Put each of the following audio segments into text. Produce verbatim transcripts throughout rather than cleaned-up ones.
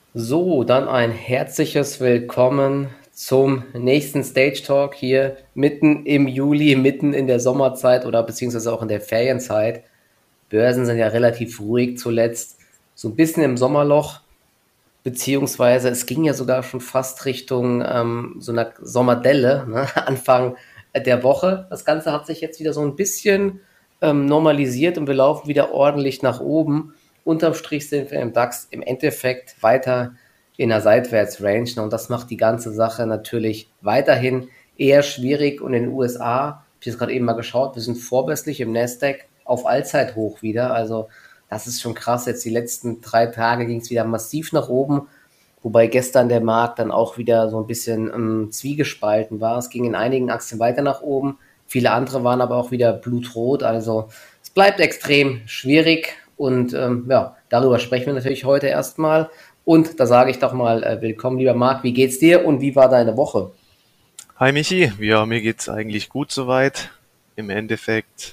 So, dann ein herzliches Willkommen zum nächsten Stage Talk hier mitten im Juli, mitten in der Sommerzeit oder beziehungsweise auch in der Ferienzeit. Börsen sind ja relativ ruhig zuletzt, so ein bisschen im Sommerloch, beziehungsweise es ging ja sogar schon fast Richtung ähm, so einer Sommerdelle, ne? Anfang der Woche. Das Ganze hat sich jetzt wieder so ein bisschen ähm, normalisiert und wir laufen wieder ordentlich nach oben. Unterm Strich sind wir im DAX im Endeffekt weiter in der Seitwärtsrange, ne? Und das macht die ganze Sache natürlich weiterhin eher schwierig. Und in den U S A, ich habe jetzt gerade eben mal geschaut, wir sind vorbörslich im Nasdaq auf Allzeithoch wieder. Also das ist schon krass. Jetzt die letzten drei Tage ging es wieder massiv nach oben, wobei gestern der Markt dann auch wieder so ein bisschen ähm, zwiegespalten war. Es ging in einigen Aktien weiter nach oben, viele andere waren aber auch wieder blutrot. Also es bleibt extrem schwierig und ähm, ja, darüber sprechen wir natürlich heute erstmal. Und da sage ich doch mal äh, willkommen, lieber Marc, wie geht's dir und wie war deine Woche? Hi Michi, ja, mir geht's eigentlich gut soweit. Im Endeffekt,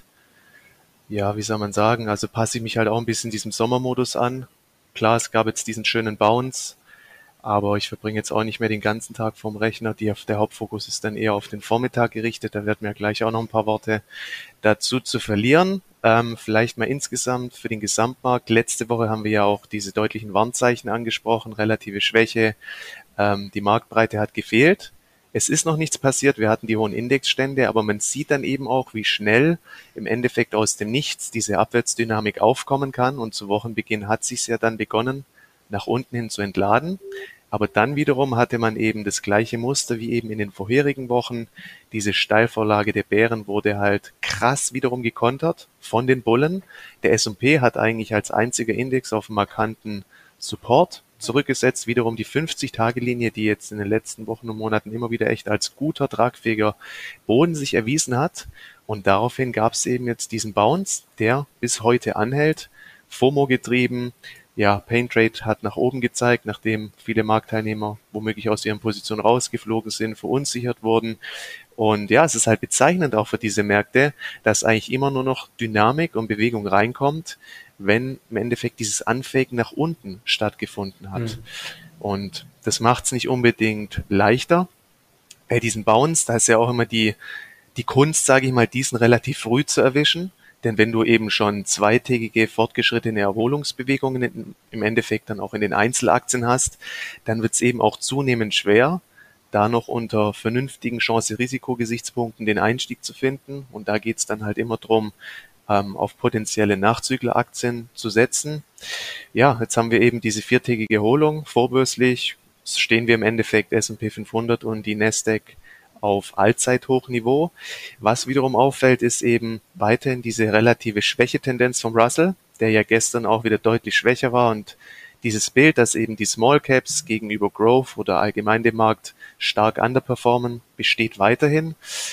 ja, wie soll man sagen, also passe ich mich halt auch ein bisschen diesem Sommermodus an. Klar, es gab jetzt diesen schönen Bounce, aber ich verbringe jetzt auch nicht mehr den ganzen Tag vorm Rechner. Die, der Hauptfokus ist dann eher auf den Vormittag gerichtet. Da werden wir gleich auch noch ein paar Worte dazu zu verlieren. Ähm, vielleicht mal insgesamt für den Gesamtmarkt. Letzte Woche haben wir ja auch diese deutlichen Warnzeichen angesprochen, relative Schwäche. Ähm, die Marktbreite hat gefehlt. Es ist noch nichts passiert. Wir hatten die hohen Indexstände, aber man sieht dann eben auch, wie schnell im Endeffekt aus dem Nichts diese Abwärtsdynamik aufkommen kann. Und zu Wochenbeginn hat sich's ja dann begonnen, nach unten hin zu entladen. Aber dann wiederum hatte man eben das gleiche Muster wie eben in den vorherigen Wochen. Diese Steilvorlage der Bären wurde halt krass wiederum gekontert von den Bullen. Der S und P hat eigentlich als einziger Index auf einen markanten Support zurückgesetzt. Wiederum die fünfzig-Tage-Linie, die jetzt in den letzten Wochen und Monaten immer wieder echt als guter, tragfähiger Boden sich erwiesen hat. Und daraufhin gab es eben jetzt diesen Bounce, der bis heute anhält. FOMO getrieben, ja, Paintrade hat nach oben gezeigt, nachdem viele Marktteilnehmer womöglich aus ihren Positionen rausgeflogen sind, verunsichert wurden. Und ja, es ist halt bezeichnend auch für diese Märkte, dass eigentlich immer nur noch Dynamik und Bewegung reinkommt, wenn im Endeffekt dieses Unfaken nach unten stattgefunden hat. Hm. Und das macht es nicht unbedingt leichter. Bei diesen Bounce, da ist ja auch immer die, die Kunst, sage ich mal, diesen relativ früh zu erwischen. Denn wenn du eben schon zweitägige fortgeschrittene Erholungsbewegungen in, im Endeffekt dann auch in den Einzelaktien hast, dann wird es eben auch zunehmend schwer, da noch unter vernünftigen Chance-Risiko-Gesichtspunkten den Einstieg zu finden. Und da geht es dann halt immer drum, ähm, auf potenzielle Nachzügleraktien zu setzen. Ja, jetzt haben wir eben diese viertägige Erholung. Vorbörslich stehen wir im Endeffekt S und P fünfhundert und die Nasdaq auf Allzeithochniveau. Was wiederum auffällt, ist eben weiterhin diese relative Schwächetendenz vom Russell, der ja gestern auch wieder deutlich schwächer war, und dieses Bild, dass eben die Small Caps gegenüber Growth oder allgemein dem Markt stark underperformen, besteht weiterhin.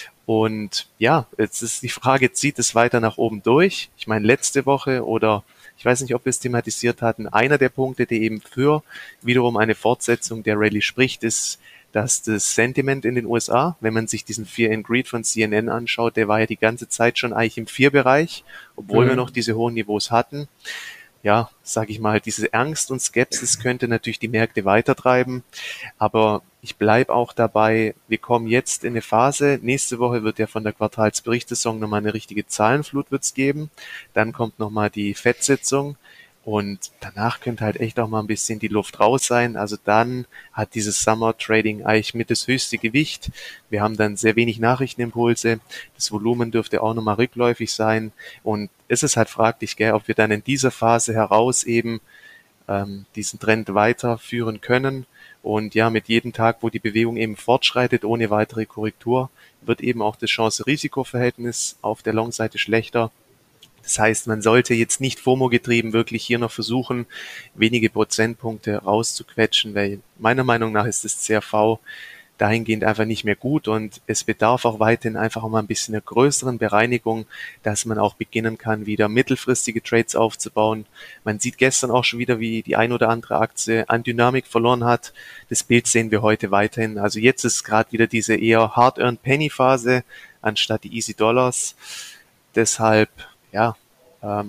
Und ja, jetzt ist die Frage, zieht es weiter nach oben durch? Ich meine, letzte Woche oder ich weiß nicht, ob wir es thematisiert hatten, einer der Punkte, die eben für wiederum eine Fortsetzung der Rallye spricht, ist, dass das Sentiment in den U S A, wenn man sich diesen Fear and Greed von C N N anschaut, der war ja die ganze Zeit schon eigentlich im Vier-Bereich, obwohl wir noch Hm. diese hohen Niveaus hatten. Ja, sage ich mal, diese Angst und Skepsis könnte natürlich die Märkte weitertreiben, aber ich bleibe auch dabei, wir kommen jetzt in eine Phase, nächste Woche wird ja von der Quartalsberichtssaison nochmal eine richtige Zahlenflut wird's geben, dann kommt nochmal die Fed-Sitzung und danach könnte halt echt auch mal ein bisschen die Luft raus sein. Also dann hat dieses Summer Trading eigentlich mit das höchste Gewicht. Wir haben dann sehr wenig Nachrichtenimpulse. Das Volumen dürfte auch nochmal rückläufig sein. Und es ist halt fraglich, gell, ob wir dann in dieser Phase heraus eben ähm, diesen Trend weiterführen können. Und ja, mit jedem Tag, wo die Bewegung eben fortschreitet, ohne weitere Korrektur, wird eben auch das Chance-Risiko-Verhältnis auf der Long-Seite schlechter. Das heißt, man sollte jetzt nicht FOMO getrieben wirklich hier noch versuchen, wenige Prozentpunkte rauszuquetschen, weil meiner Meinung nach ist das C R V dahingehend einfach nicht mehr gut und es bedarf auch weiterhin einfach mal ein bisschen einer größeren Bereinigung, dass man auch beginnen kann, wieder mittelfristige Trades aufzubauen. Man sieht gestern auch schon wieder, wie die ein oder andere Aktie an Dynamik verloren hat. Das Bild sehen wir heute weiterhin. Also jetzt ist gerade wieder diese eher Hard-Earned Penny-Phase anstatt die Easy Dollars. Deshalb, ja, ähm,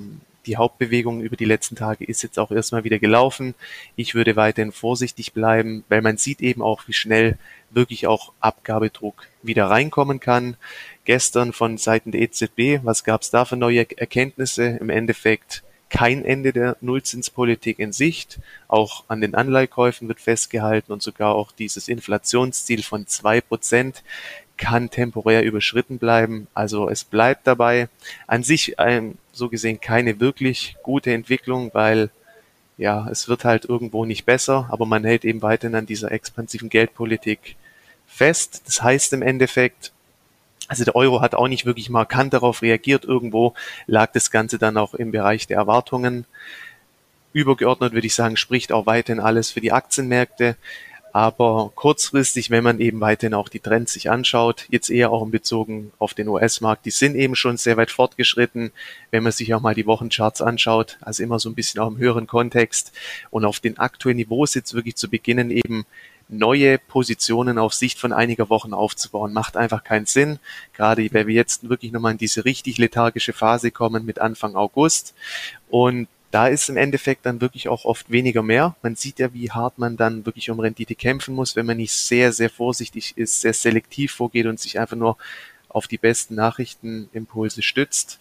die Hauptbewegung über die letzten Tage ist jetzt auch erstmal wieder gelaufen. Ich würde weiterhin vorsichtig bleiben, weil man sieht eben auch, wie schnell wirklich auch Abgabedruck wieder reinkommen kann. Gestern von Seiten der E Z B, was gab es da für neue Erkenntnisse? Im Endeffekt kein Ende der Nullzinspolitik in Sicht. Auch an den Anleihekäufen wird festgehalten und sogar auch dieses Inflationsziel von zwei Prozent kann temporär überschritten bleiben. Also es bleibt dabei. An sich ähm, so gesehen keine wirklich gute Entwicklung, weil ja, es wird halt irgendwo nicht besser, aber man hält eben weiterhin an dieser expansiven Geldpolitik fest. Das heißt im Endeffekt, also der Euro hat auch nicht wirklich markant darauf reagiert. Irgendwo lag das Ganze dann auch im Bereich der Erwartungen. Übergeordnet würde ich sagen, spricht auch weiterhin alles für die Aktienmärkte. Aber kurzfristig, wenn man eben weiterhin auch die Trends sich anschaut, jetzt eher auch in Bezug auf den U S-Markt, die sind eben schon sehr weit fortgeschritten, wenn man sich auch mal die Wochencharts anschaut, also immer so ein bisschen auch im höheren Kontext und auf den aktuellen Niveaus jetzt wirklich zu beginnen, eben neue Positionen auf Sicht von einiger Wochen aufzubauen, macht einfach keinen Sinn, gerade weil wir jetzt wirklich nochmal in diese richtig lethargische Phase kommen mit Anfang August und da ist im Endeffekt dann wirklich auch oft weniger mehr. Man sieht ja, wie hart man dann wirklich um Rendite kämpfen muss, wenn man nicht sehr, sehr vorsichtig ist, sehr selektiv vorgeht und sich einfach nur auf die besten Nachrichtenimpulse stützt.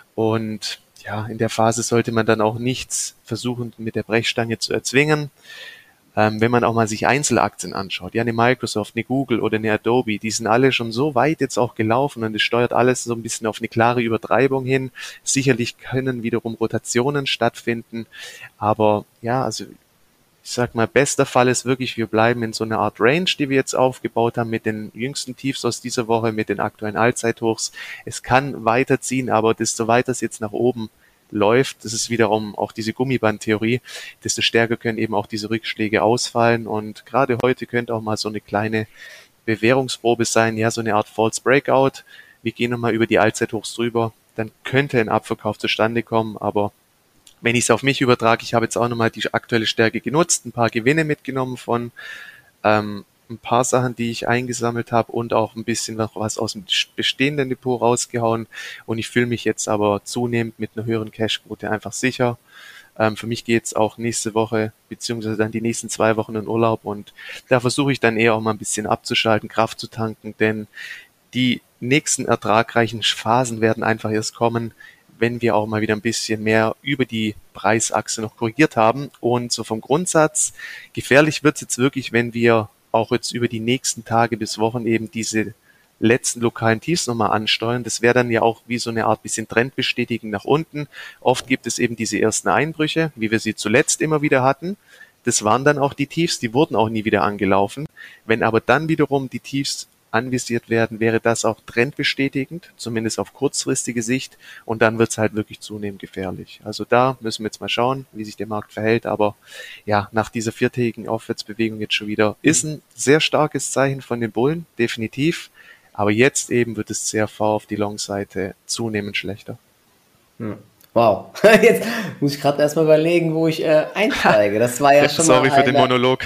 Und ja, in der Phase sollte man dann auch nichts versuchen, mit der Brechstange zu erzwingen. Ähm, wenn man auch mal sich Einzelaktien anschaut, ja, eine Microsoft, eine Google oder eine Adobe, die sind alle schon so weit jetzt auch gelaufen und es steuert alles so ein bisschen auf eine klare Übertreibung hin. Sicherlich können wiederum Rotationen stattfinden, aber ja, also ich sag mal, bester Fall ist wirklich, wir bleiben in so einer Art Range, die wir jetzt aufgebaut haben mit den jüngsten Tiefs aus dieser Woche, mit den aktuellen Allzeithochs. Es kann weiterziehen, aber desto weiter es jetzt nach oben läuft, das ist wiederum auch diese Gummibandtheorie, desto stärker können eben auch diese Rückschläge ausfallen und gerade heute könnte auch mal so eine kleine Bewährungsprobe sein, ja, so eine Art False Breakout. Wir gehen nochmal über die Allzeithochs drüber, dann könnte ein Abverkauf zustande kommen, aber wenn ich es auf mich übertrage, ich habe jetzt auch nochmal die aktuelle Stärke genutzt, ein paar Gewinne mitgenommen von ähm, ein paar Sachen, die ich eingesammelt habe und auch ein bisschen noch was aus dem bestehenden Depot rausgehauen. Und ich fühle mich jetzt aber zunehmend mit einer höheren Cashquote einfach sicher. Ähm, für mich geht's auch nächste Woche beziehungsweise dann die nächsten zwei Wochen in Urlaub und da versuche ich dann eher auch mal ein bisschen abzuschalten, Kraft zu tanken, denn die nächsten ertragreichen Phasen werden einfach erst kommen, wenn wir auch mal wieder ein bisschen mehr über die Preisachse noch korrigiert haben. Und so vom Grundsatz, gefährlich wird es jetzt wirklich, wenn wir auch jetzt über die nächsten Tage bis Wochen eben diese letzten lokalen Tiefs nochmal ansteuern. Das wäre dann ja auch wie so eine Art bisschen Trendbestätigung nach unten. Oft gibt es eben diese ersten Einbrüche, wie wir sie zuletzt immer wieder hatten. Das waren dann auch die Tiefs, die wurden auch nie wieder angelaufen. Wenn aber dann wiederum die Tiefs anvisiert werden, wäre das auch trendbestätigend, zumindest auf kurzfristige Sicht und dann wird es halt wirklich zunehmend gefährlich. Also da müssen wir jetzt mal schauen, wie sich der Markt verhält, aber ja, nach dieser viertägigen Aufwärtsbewegung jetzt schon wieder ist ein sehr starkes Zeichen von den Bullen, definitiv, aber jetzt eben wird das C R V auf die Long-Seite zunehmend schlechter. Hm. Wow, jetzt muss ich gerade erstmal überlegen, wo ich äh, einsteige. Das war ja schon Sorry mal für den eine, Monolog.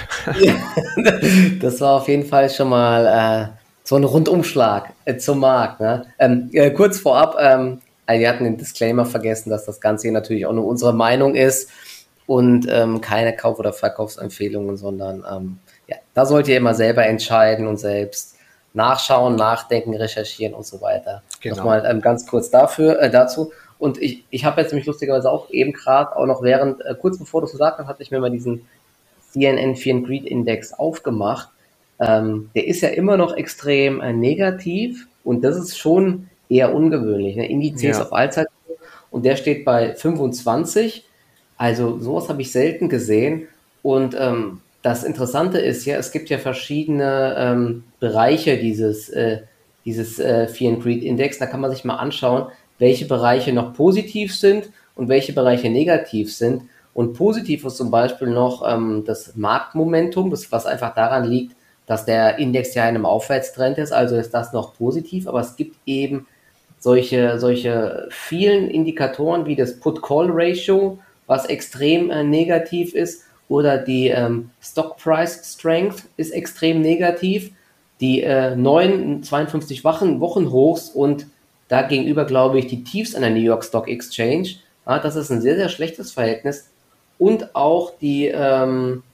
das war auf jeden Fall schon mal äh, so ein Rundumschlag äh, zum Markt. Ne? Ähm, äh, kurz vorab, ähm, wir hatten den Disclaimer vergessen, dass das Ganze hier natürlich auch nur unsere Meinung ist und ähm, keine Kauf- oder Verkaufsempfehlungen, sondern ähm, ja, da sollt ihr immer selber entscheiden und selbst nachschauen, nachdenken, recherchieren und so weiter. Genau. Nochmal ähm, ganz kurz dafür, äh, dazu. Und ich, ich habe jetzt nämlich lustigerweise auch eben gerade, auch noch während, äh, kurz bevor du es gesagt hast, hatte ich mir mal diesen C N N Fear and Greed Index aufgemacht. Ähm, der ist ja immer noch extrem äh, negativ und das ist schon eher ungewöhnlich. Ne? Indizes Ja. auf Allzeit und der steht bei fünfundzwanzig. Also sowas habe ich selten gesehen. Und ähm, das Interessante ist ja, es gibt ja verschiedene ähm, Bereiche dieses, äh, dieses äh, Fear and Greed Index. Da kann man sich mal anschauen, welche Bereiche noch positiv sind und welche Bereiche negativ sind. Und positiv ist zum Beispiel noch ähm, das Marktmomentum, das, was einfach daran liegt, dass der Index ja in einem Aufwärtstrend ist, also ist das noch positiv, aber es gibt eben solche, solche vielen Indikatoren wie das Put-Call-Ratio, was extrem äh, negativ ist, oder die ähm, Stock-Price-Strength ist extrem negativ, die äh, neun, zweiundfünfzig Wochen, Wochenhochs und da gegenüber, glaube ich, die Tiefs an der New York Stock Exchange, Ah, das ist ein sehr, sehr schlechtes Verhältnis. Und auch die, ähm,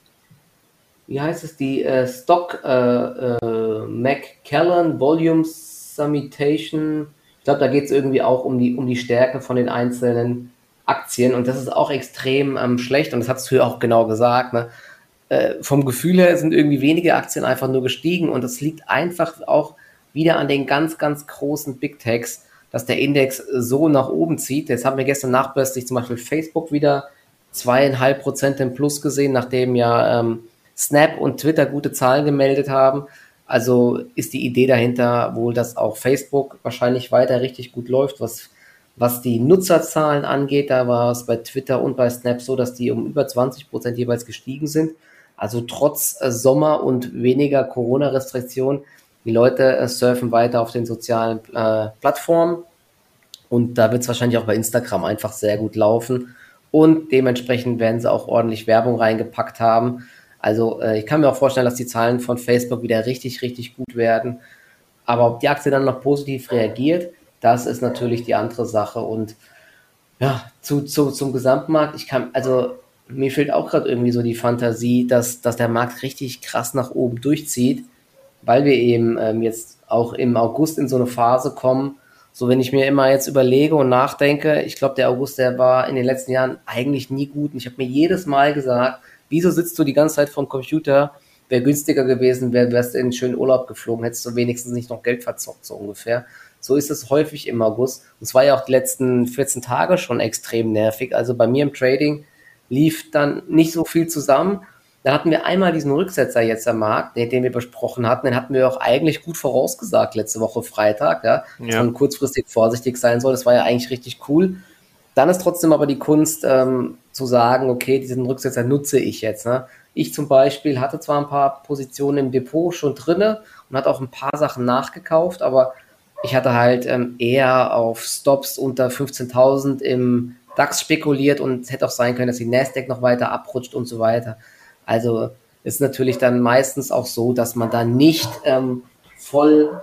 wie heißt es, die äh, Stock äh, äh, McKellen Volume Summitation. Ich glaube, da geht es irgendwie auch um die, um die Stärke von den einzelnen Aktien und das ist auch extrem ähm, schlecht und das hast du ja auch genau gesagt. Ne? Äh, vom Gefühl her sind irgendwie wenige Aktien einfach nur gestiegen und das liegt einfach auch wieder an den ganz, ganz großen Big Techs, dass der Index so nach oben zieht. Jetzt haben wir gestern nachbörslich zum Beispiel Facebook wieder zweieinhalb Prozent im Plus gesehen, nachdem ja ähm, Snap und Twitter gute Zahlen gemeldet haben. Also ist die Idee dahinter wohl, dass auch Facebook wahrscheinlich weiter richtig gut läuft, was, was die Nutzerzahlen angeht. Da war es bei Twitter und bei Snap so, dass die um über zwanzig Prozent jeweils gestiegen sind. Also trotz äh, Sommer und weniger Corona-Restriktionen, die Leute äh, surfen weiter auf den sozialen äh, Plattformen und da wird es wahrscheinlich auch bei Instagram einfach sehr gut laufen und dementsprechend werden sie auch ordentlich Werbung reingepackt haben. Also äh, ich kann mir auch vorstellen, dass die Zahlen von Facebook wieder richtig, richtig gut werden. Aber ob die Aktie dann noch positiv reagiert, das ist natürlich die andere Sache. Und ja, zu, zu, zum Gesamtmarkt, ich kann, also mir fehlt auch gerade irgendwie so die Fantasie, dass, dass der Markt richtig krass nach oben durchzieht, weil wir eben ähm, jetzt auch im August in so eine Phase kommen. So, wenn ich mir immer jetzt überlege und nachdenke, ich glaube, der August, der war in den letzten Jahren eigentlich nie gut. Und ich habe mir jedes Mal gesagt, wieso sitzt du die ganze Zeit vorm Computer? Wäre günstiger gewesen, wär, wärst du in einen schönen Urlaub geflogen, hättest du wenigstens nicht noch Geld verzockt, so ungefähr. So ist es häufig im August. Und es war ja auch die letzten vierzehn Tage schon extrem nervig. Also bei mir im Trading lief dann nicht so viel zusammen. Da hatten wir einmal diesen Rücksetzer jetzt am Markt, den, den wir besprochen hatten. Den hatten wir auch eigentlich gut vorausgesagt letzte Woche Freitag, ja, dass Ja, man kurzfristig vorsichtig sein soll. Das war ja eigentlich richtig cool. Dann ist trotzdem aber die Kunst ähm, zu sagen, okay, diesen Rücksetzer nutze ich jetzt. Ne? Ich zum Beispiel hatte zwar ein paar Positionen im Depot schon drinne und hatte auch ein paar Sachen nachgekauft, aber ich hatte halt ähm, eher auf Stops unter fünfzehntausend im DAX spekuliert und es hätte auch sein können, dass die Nasdaq noch weiter abrutscht und so weiter. Also ist natürlich dann meistens auch so, dass man da nicht ähm, voll,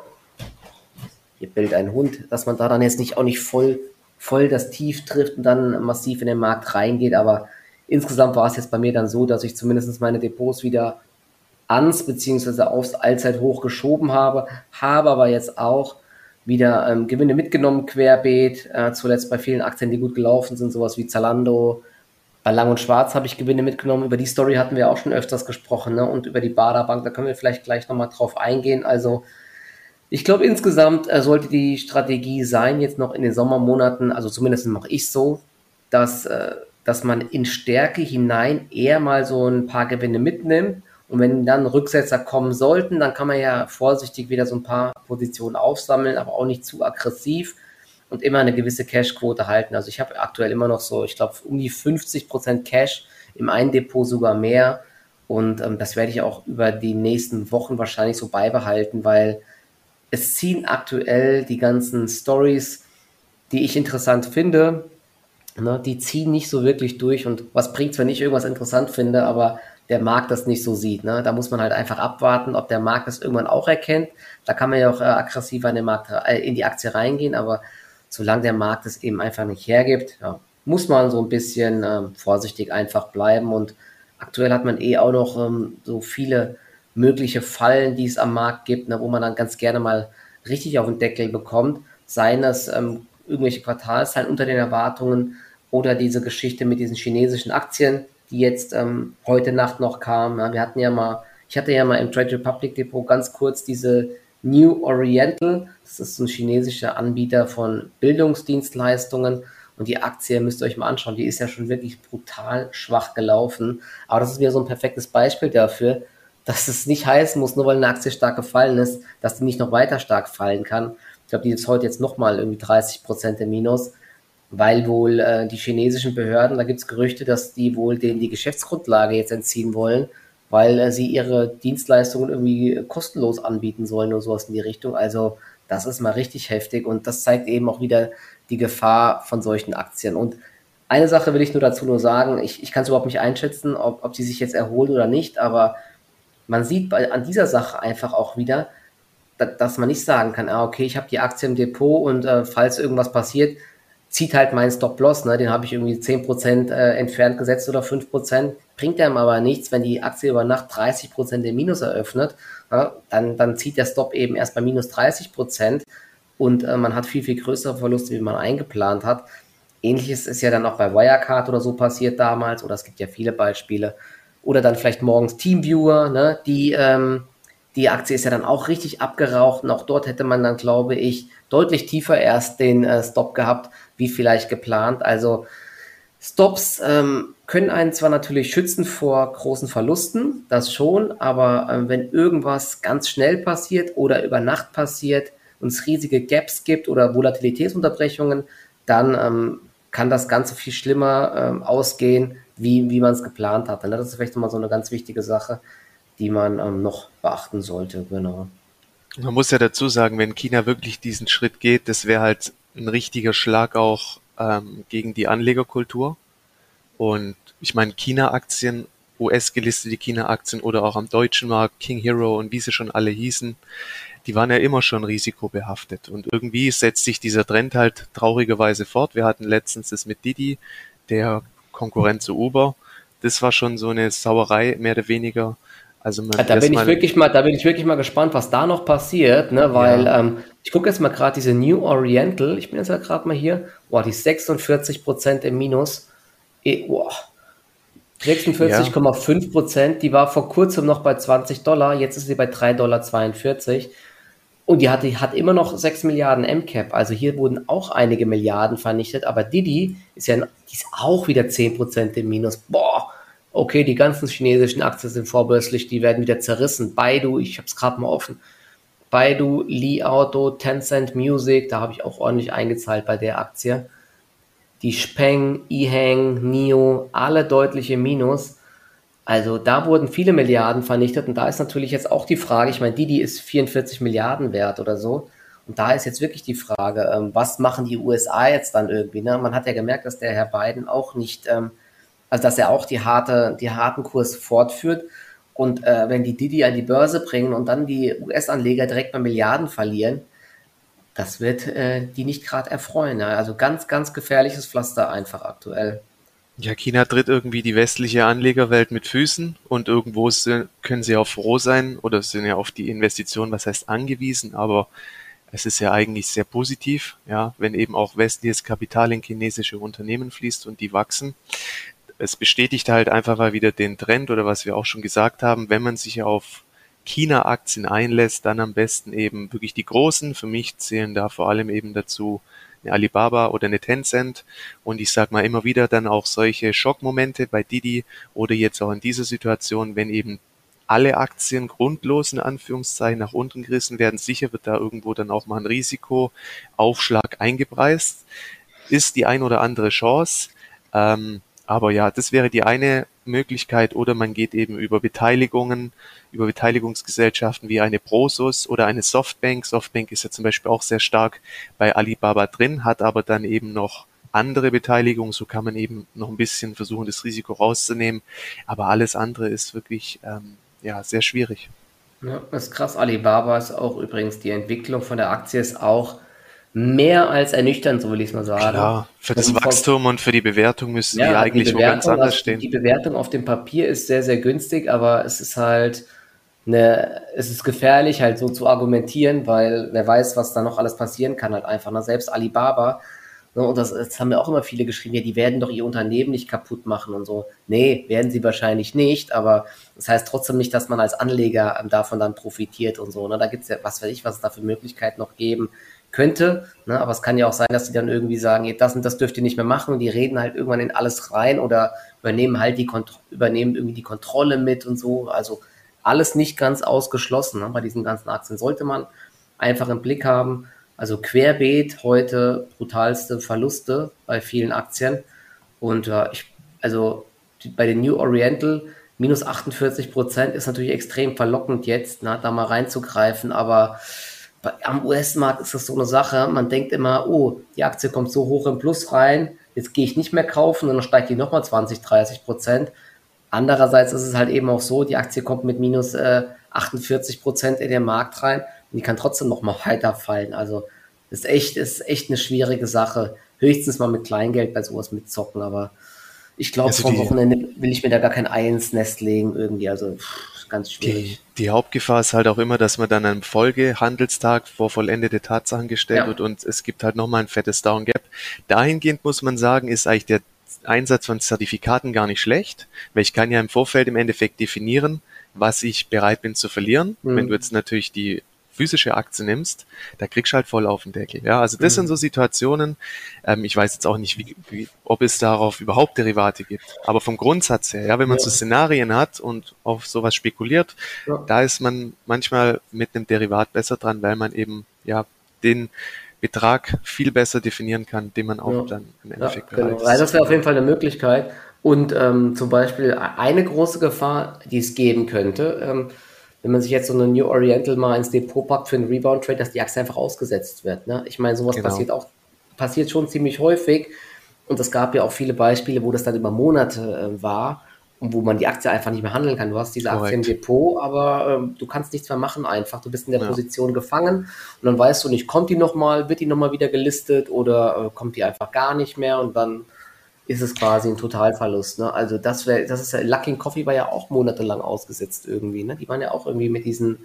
hier bellt ein Hund, dass man da dann jetzt nicht auch nicht voll, voll das Tief trifft und dann massiv in den Markt reingeht. Aber insgesamt war es jetzt bei mir dann so, dass ich zumindest meine Depots wieder ans bzw. aufs Allzeithoch geschoben habe, habe aber jetzt auch wieder ähm, Gewinne mitgenommen, querbeet, äh, zuletzt bei vielen Aktien, die gut gelaufen sind, sowas wie Zalando. Bei Lang und Schwarz habe ich Gewinne mitgenommen. Über die Story hatten wir auch schon öfters gesprochen, ne? Und über die Bader Bank, da können wir vielleicht gleich nochmal drauf eingehen. Also ich glaube, insgesamt äh, sollte die Strategie sein, jetzt noch in den Sommermonaten, also zumindest mache ich so, dass, äh, dass man in Stärke hinein eher mal so ein paar Gewinne mitnimmt. Und wenn dann Rücksetzer kommen sollten, dann kann man ja vorsichtig wieder so ein paar Positionen aufsammeln, aber auch nicht zu aggressiv und immer eine gewisse Cash-Quote halten. Also ich habe aktuell immer noch so, ich glaube, um die fünfzig Prozent Cash, im einen Depot sogar mehr. Und ähm, das werde ich auch über die nächsten Wochen wahrscheinlich so beibehalten, weil es ziehen aktuell die ganzen Stories, die ich interessant finde, ne, die ziehen nicht so wirklich durch. Und was bringt es, wenn ich irgendwas interessant finde, aber der Markt das nicht so sieht. Ne? Da muss man halt einfach abwarten, ob der Markt das irgendwann auch erkennt. Da kann man ja auch äh, aggressiver in, den Markt, äh, in die Aktie reingehen, aber solange der Markt es eben einfach nicht hergibt, ja, muss man so ein bisschen ähm, vorsichtig einfach bleiben. Und aktuell hat man eh auch noch ähm, so viele mögliche Fallen, die es am Markt gibt, ne, wo man dann ganz gerne mal richtig auf den Deckel bekommt. Seien es ähm, irgendwelche Quartalszahlen unter den Erwartungen oder diese Geschichte mit diesen chinesischen Aktien, die jetzt ähm, heute Nacht noch kam. Ja, wir hatten ja mal, ich hatte ja mal im Trade Republic Depot ganz kurz diese New Oriental, das ist ein chinesischer Anbieter von Bildungsdienstleistungen und die Aktie müsst ihr euch mal anschauen, die ist ja schon wirklich brutal schwach gelaufen, aber das ist wieder so ein perfektes Beispiel dafür, dass es nicht heißen muss, nur weil eine Aktie stark gefallen ist, dass die nicht noch weiter stark fallen kann. Ich glaube, die ist heute jetzt nochmal irgendwie dreißig Prozent im Minus, weil wohl äh, die chinesischen Behörden, da gibt es Gerüchte, dass die wohl denen die Geschäftsgrundlage jetzt entziehen wollen, weil äh, sie ihre Dienstleistungen irgendwie kostenlos anbieten sollen oder sowas in die Richtung. Also das ist mal richtig heftig und das zeigt eben auch wieder die Gefahr von solchen Aktien. Und eine Sache will ich nur dazu nur sagen, ich, ich kann es überhaupt nicht einschätzen, ob, ob sie sich jetzt erholt oder nicht, aber man sieht bei, an dieser Sache einfach auch wieder, da, dass man nicht sagen kann, ah, okay, ich habe die Aktie im Depot und äh, falls irgendwas passiert, zieht halt meinen Stop-Loss, ne? Den habe ich irgendwie zehn Prozent äh, entfernt gesetzt oder fünf Prozent. Bringt einem aber nichts, wenn die Aktie über Nacht dreißig Prozent im Minus eröffnet. Ja? Dann, dann zieht der Stop eben erst bei minus dreißig Prozent und äh, man hat viel, viel größere Verluste, wie man eingeplant hat. Ähnliches ist ja dann auch bei Wirecard oder so passiert damals, oder es gibt ja viele Beispiele. Oder dann vielleicht morgens Teamviewer, ne? Die, ähm, die Aktie ist ja dann auch richtig abgeraucht und auch dort hätte man dann, glaube ich, deutlich tiefer erst den äh, Stop gehabt, wie vielleicht geplant. Also Stops ähm, können einen zwar natürlich schützen vor großen Verlusten, das schon, aber ähm, wenn irgendwas ganz schnell passiert oder über Nacht passiert und es riesige Gaps gibt oder Volatilitätsunterbrechungen, dann ähm, kann das Ganze viel schlimmer ähm, ausgehen, wie, wie man es geplant hatte. Ne? Das ist vielleicht nochmal so eine ganz wichtige Sache, die man ähm, noch beachten sollte. Genau. Man muss ja dazu sagen, wenn China wirklich diesen Schritt geht, das wäre halt ein richtiger Schlag auch ähm, gegen die Anlegerkultur. Und ich meine, China-Aktien, U S-gelistete China-Aktien oder auch am deutschen Markt, King Hero und wie sie schon alle hießen, die waren ja immer schon risikobehaftet. Und irgendwie setzt sich dieser Trend halt traurigerweise fort. Wir hatten letztens das mit Didi, der Konkurrent zu Uber. Das war schon so eine Sauerei, mehr oder weniger. Also man Da bin ich erstmal, wirklich mal, da bin ich wirklich mal gespannt, was da noch passiert, ne? Weil ja, ähm, ich gucke jetzt mal gerade diese New Oriental, ich bin jetzt ja gerade mal hier, boah, die sechsundvierzig Prozent im Minus, eh, boah, sechsundvierzig ja, Komma fünf Prozent, die war vor kurzem noch bei zwanzig Dollar, jetzt ist sie bei drei Komma zweiundvierzig Dollar und die hat, die hat immer noch sechs Milliarden M-Cap, also hier wurden auch einige Milliarden vernichtet, aber Didi ist ja, die ist auch wieder zehn Prozent im Minus, boah. Okay, die ganzen chinesischen Aktien sind vorbörslich, die werden wieder zerrissen. Baidu, ich habe es gerade mal offen. Baidu, Li Auto, Tencent Music, da habe ich auch ordentlich eingezahlt bei der Aktie. Die Speng, Ehang, Nio, alle deutliche Minus. Also da wurden viele Milliarden vernichtet und da ist natürlich jetzt auch die Frage, ich meine, Didi ist vierundvierzig Milliarden wert oder so. Und da ist jetzt wirklich die Frage, ähm, was machen die U S A jetzt dann irgendwie? Ne? Man hat ja gemerkt, dass der Herr Biden auch nicht... Ähm, also dass er auch die harte, die harten Kurs fortführt. Und äh, wenn die Didi an die Börse bringen und dann die U S-Anleger direkt mal Milliarden verlieren, das wird äh, die nicht gerade erfreuen. Ja? Also ganz, ganz gefährliches Pflaster einfach aktuell. ja, China tritt irgendwie die westliche Anlegerwelt mit Füßen und irgendwo se- können sie auch froh sein oder sind ja auf die Investition, was heißt angewiesen, aber es ist ja eigentlich sehr positiv, ja, wenn eben auch westliches Kapital in chinesische Unternehmen fließt und die wachsen. Es bestätigt halt einfach mal wieder den Trend oder was wir auch schon gesagt haben, wenn man sich auf China-Aktien einlässt, dann am besten eben wirklich die großen. Für mich zählen da vor allem eben dazu eine Alibaba oder eine Tencent. Und ich sage mal immer wieder dann auch solche Schockmomente bei Didi oder jetzt auch in dieser Situation, wenn eben alle Aktien grundlos in Anführungszeichen nach unten gerissen werden. Sicher wird da irgendwo dann auch mal ein Risikoaufschlag eingepreist. Ist die ein oder andere Chance. Ähm, aber ja, das wäre die eine Möglichkeit oder man geht eben über Beteiligungen, über Beteiligungsgesellschaften wie eine Prosus oder eine Softbank. Softbank ist ja zum Beispiel auch sehr stark bei Alibaba drin, hat aber dann eben noch andere Beteiligungen. So kann man eben noch ein bisschen versuchen, das Risiko rauszunehmen. Aber alles andere ist wirklich ähm, ja sehr schwierig. Ja, das ist krass. Alibaba ist auch übrigens, die Entwicklung von der Aktie ist auch mehr als ernüchternd, so will ich es mal sagen. Klar, für das Vom, vom, Wachstum und für die Bewertung müsste die Ja, also die eigentlich wo ganz Bewertung, anders also die, stehen. die Bewertung auf dem Papier ist sehr, sehr günstig, aber es ist halt eine, es ist gefährlich, halt so zu argumentieren, weil wer weiß, was da noch alles passieren kann, halt einfach. Ne? Selbst Alibaba, ne? Und das, das haben ja auch immer viele geschrieben, ja, die werden doch ihr Unternehmen nicht kaputt machen und so. Nee, werden sie wahrscheinlich nicht, aber das heißt trotzdem nicht, dass man als Anleger ähm, davon dann profitiert und so. Ne? Da gibt es ja, was weiß ich, was es da für Möglichkeiten noch geben könnte, ne? Aber es kann ja auch sein, dass die dann irgendwie sagen, ja, das und das dürft ihr nicht mehr machen und die reden halt irgendwann in alles rein oder übernehmen halt die Kont übernehmen irgendwie die Kontrolle mit und so. Also alles nicht ganz ausgeschlossen. Ne? Bei diesen ganzen Aktien sollte man einfach im Blick haben. Also querbeet heute brutalste Verluste bei vielen Aktien. Und äh, ich, also die, bei den New Oriental minus achtundvierzig Prozent ist natürlich extrem verlockend jetzt, ne, da mal reinzugreifen, aber bei, am U S-Markt ist das so eine Sache, man denkt immer, oh, die Aktie kommt so hoch im Plus rein, jetzt gehe ich nicht mehr kaufen und dann steigt die nochmal zwanzig, dreißig Prozent. Andererseits ist es halt eben auch so, die Aktie kommt mit minus äh, achtundvierzig Prozent in den Markt rein und die kann trotzdem noch mal weiterfallen. Also ist echt, ist echt eine schwierige Sache, höchstens mal mit Kleingeld bei sowas mitzocken, aber ich glaube, Also vom die, Wochenende will ich mir da gar kein Ei ins Nest legen irgendwie, also pff, ganz die, schwierig. die Hauptgefahr ist halt auch immer, dass man dann am Folgehandelstag vor vollendete Tatsachen gestellt wird Ja, und es gibt halt nochmal ein fettes Down Gap. Dahingehend muss man sagen, ist eigentlich der Einsatz von Zertifikaten gar nicht schlecht, weil ich kann ja im Vorfeld im Endeffekt definieren, was ich bereit bin zu verlieren. Wenn du hm, jetzt natürlich die physische Aktie nimmst, da kriegst du halt voll auf den Deckel. Ja, also das sind so hm, Situationen, ähm, ich weiß jetzt auch nicht, wie, wie, ob es darauf überhaupt Derivate gibt, aber vom Grundsatz her, ja, wenn man so ja, Szenarien hat und auf sowas spekuliert, ja, da ist man manchmal mit einem Derivat besser dran, weil man eben ja den Betrag viel besser definieren kann, den man auch ja, dann im ja, Endeffekt bereit genau. ist Also zu das wäre auf jeden verlieren. Fall eine Möglichkeit. Und ähm, zum Beispiel eine große Gefahr, die es geben könnte, ähm, wenn man sich jetzt so eine New Oriental mal ins Depot packt für einen Rebound-Trade, dass die Aktie einfach ausgesetzt wird. Ne? Ich meine, sowas Genau, passiert auch, passiert schon ziemlich häufig. Und es gab ja auch viele Beispiele, wo das dann über Monate äh, war und wo man die Aktie einfach nicht mehr handeln kann. Du hast diese Aktie im korrekt. Depot, aber ähm, du kannst nichts mehr machen einfach. Du bist in der Ja. Position gefangen und dann weißt du nicht, kommt die nochmal, wird die nochmal wieder gelistet oder äh, kommt die einfach gar nicht mehr und dann ist es quasi ein Totalverlust. Ne? Also das wäre, das ist ja, Luckin Coffee war ja auch monatelang ausgesetzt irgendwie. Ne? Die waren ja auch irgendwie mit diesen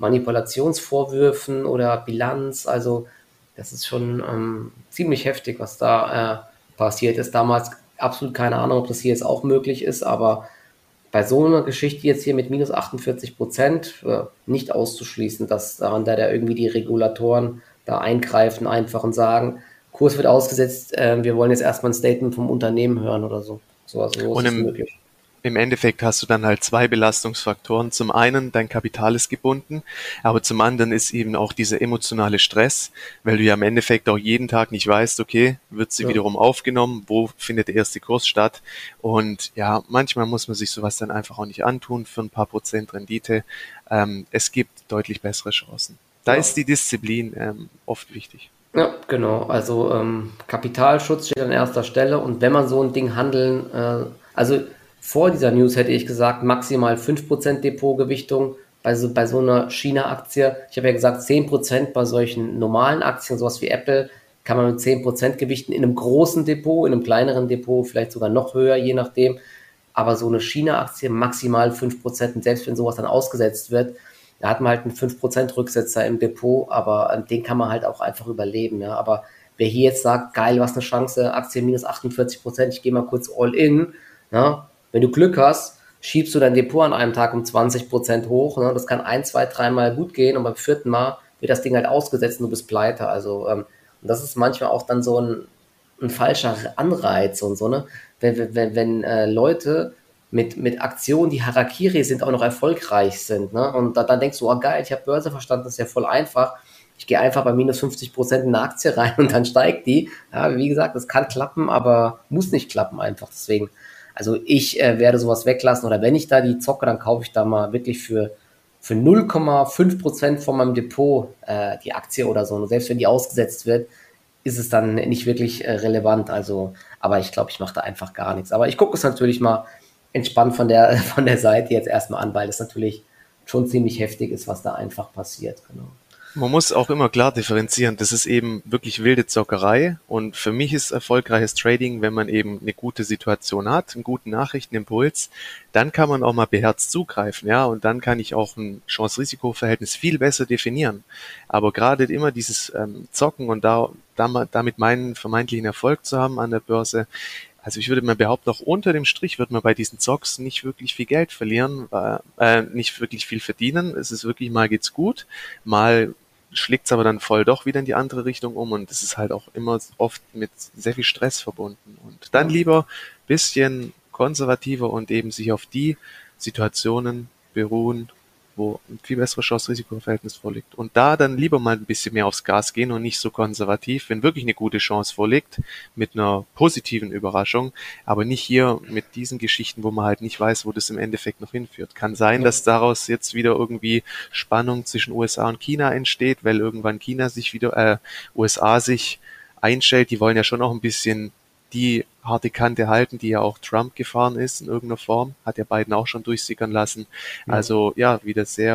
Manipulationsvorwürfen oder Bilanz. Also das ist schon ähm, ziemlich heftig, was da äh, passiert ist. Damals absolut keine Ahnung, ob das hier jetzt auch möglich ist, aber bei so einer Geschichte jetzt hier mit minus achtundvierzig Prozent äh, nicht auszuschließen, dass daran da, da irgendwie die Regulatoren da eingreifen einfach und sagen, Kurs wird ausgesetzt, äh, wir wollen jetzt erstmal ein Statement vom Unternehmen hören oder so. So, also so ist Und es im, möglich. im Endeffekt hast du dann halt zwei Belastungsfaktoren. Zum einen, dein Kapital ist gebunden, aber zum anderen ist eben auch dieser emotionale Stress, weil du ja im Endeffekt auch jeden Tag nicht weißt, okay, wird sie Ja, wiederum aufgenommen, wo findet der erste Kurs statt? Und ja, manchmal muss man sich sowas dann einfach auch nicht antun für ein paar Prozent Rendite. Ähm, es gibt deutlich bessere Chancen. Da ja. ist die Disziplin ähm, oft wichtig. Ja, genau. Also ähm, Kapitalschutz steht an erster Stelle und wenn man so ein Ding handeln, äh, also vor dieser News hätte ich gesagt, maximal fünf Prozent Depotgewichtung bei so, bei so einer China-Aktie. Ich habe ja gesagt, zehn Prozent bei solchen normalen Aktien, sowas wie Apple, kann man mit zehn Prozent gewichten in einem großen Depot, in einem kleineren Depot, vielleicht sogar noch höher, je nachdem. Aber so eine China-Aktie maximal fünf Prozent und selbst wenn sowas dann ausgesetzt wird, da hat man halt einen fünf Prozent Rücksetzer im Depot, aber an den kann man halt auch einfach überleben. Ja. Aber wer hier jetzt sagt, geil, was eine Chance, Aktie minus achtundvierzig Prozent, ich gehe mal kurz all in, ja. Wenn du Glück hast, schiebst du dein Depot an einem Tag um zwanzig Prozent hoch. Ne? Das kann ein, zwei, dreimal gut gehen und beim vierten Mal wird das Ding halt ausgesetzt und du bist pleite. Also, ähm, und das ist manchmal auch dann so ein, ein falscher Anreiz und so, ne? Wenn, wenn, wenn äh, Leute mit, mit Aktionen, die Harakiri sind, auch noch erfolgreich sind. Ne? Und da, dann denkst du, oh geil, ich habe Börse verstanden, das ist ja voll einfach. Ich gehe einfach bei minus fünfzig Prozent in eine Aktie rein und dann steigt die. Ja, wie gesagt, das kann klappen, aber muss nicht klappen einfach. Deswegen, also ich äh, werde sowas weglassen oder wenn ich da die zocke, dann kaufe ich da mal wirklich für, für null Komma fünf Prozent von meinem Depot äh, die Aktie oder so. Und selbst wenn die ausgesetzt wird, ist es dann nicht wirklich äh, relevant. Also, aber ich glaube, ich mache da einfach gar nichts. Aber ich gucke es natürlich mal entspannt von der, von der Seite jetzt erstmal an, weil es natürlich schon ziemlich heftig ist, was da einfach passiert. Genau. Man muss auch immer klar differenzieren. Das ist eben wirklich wilde Zockerei. Und für mich ist erfolgreiches Trading, wenn man eben eine gute Situation hat, einen guten Nachrichtenimpuls, dann kann man auch mal beherzt zugreifen, ja. Und dann kann ich auch ein Chance-Risiko-Verhältnis viel besser definieren. Aber gerade immer dieses ähm, Zocken und da, da, damit meinen vermeintlichen Erfolg zu haben an der Börse, also ich würde mal behaupten, auch unter dem Strich wird man bei diesen Zocks nicht wirklich viel Geld verlieren, äh, äh, nicht wirklich viel verdienen. Es ist wirklich, mal geht's gut, mal schlägt's aber dann voll doch wieder in die andere Richtung um und es ist halt auch immer oft mit sehr viel Stress verbunden. Und dann Ja, lieber bisschen konservativer und eben sich auf die Situationen beruhen, wo ein viel besseres Chance-Risiko-Verhältnis vorliegt. Und da dann lieber mal ein bisschen mehr aufs Gas gehen und nicht so konservativ, wenn wirklich eine gute Chance vorliegt, mit einer positiven Überraschung, aber nicht hier mit diesen Geschichten, wo man halt nicht weiß, wo das im Endeffekt noch hinführt. Kann sein, ja, dass daraus jetzt wieder irgendwie Spannung zwischen U S A und China entsteht, weil irgendwann China sich wieder, äh, U S A sich einstellt. Die wollen ja schon auch ein bisschen die harte Kante halten, die ja auch Trump gefahren ist in irgendeiner Form, hat ja Biden auch schon durchsickern lassen. ja. Also ja, wieder sehr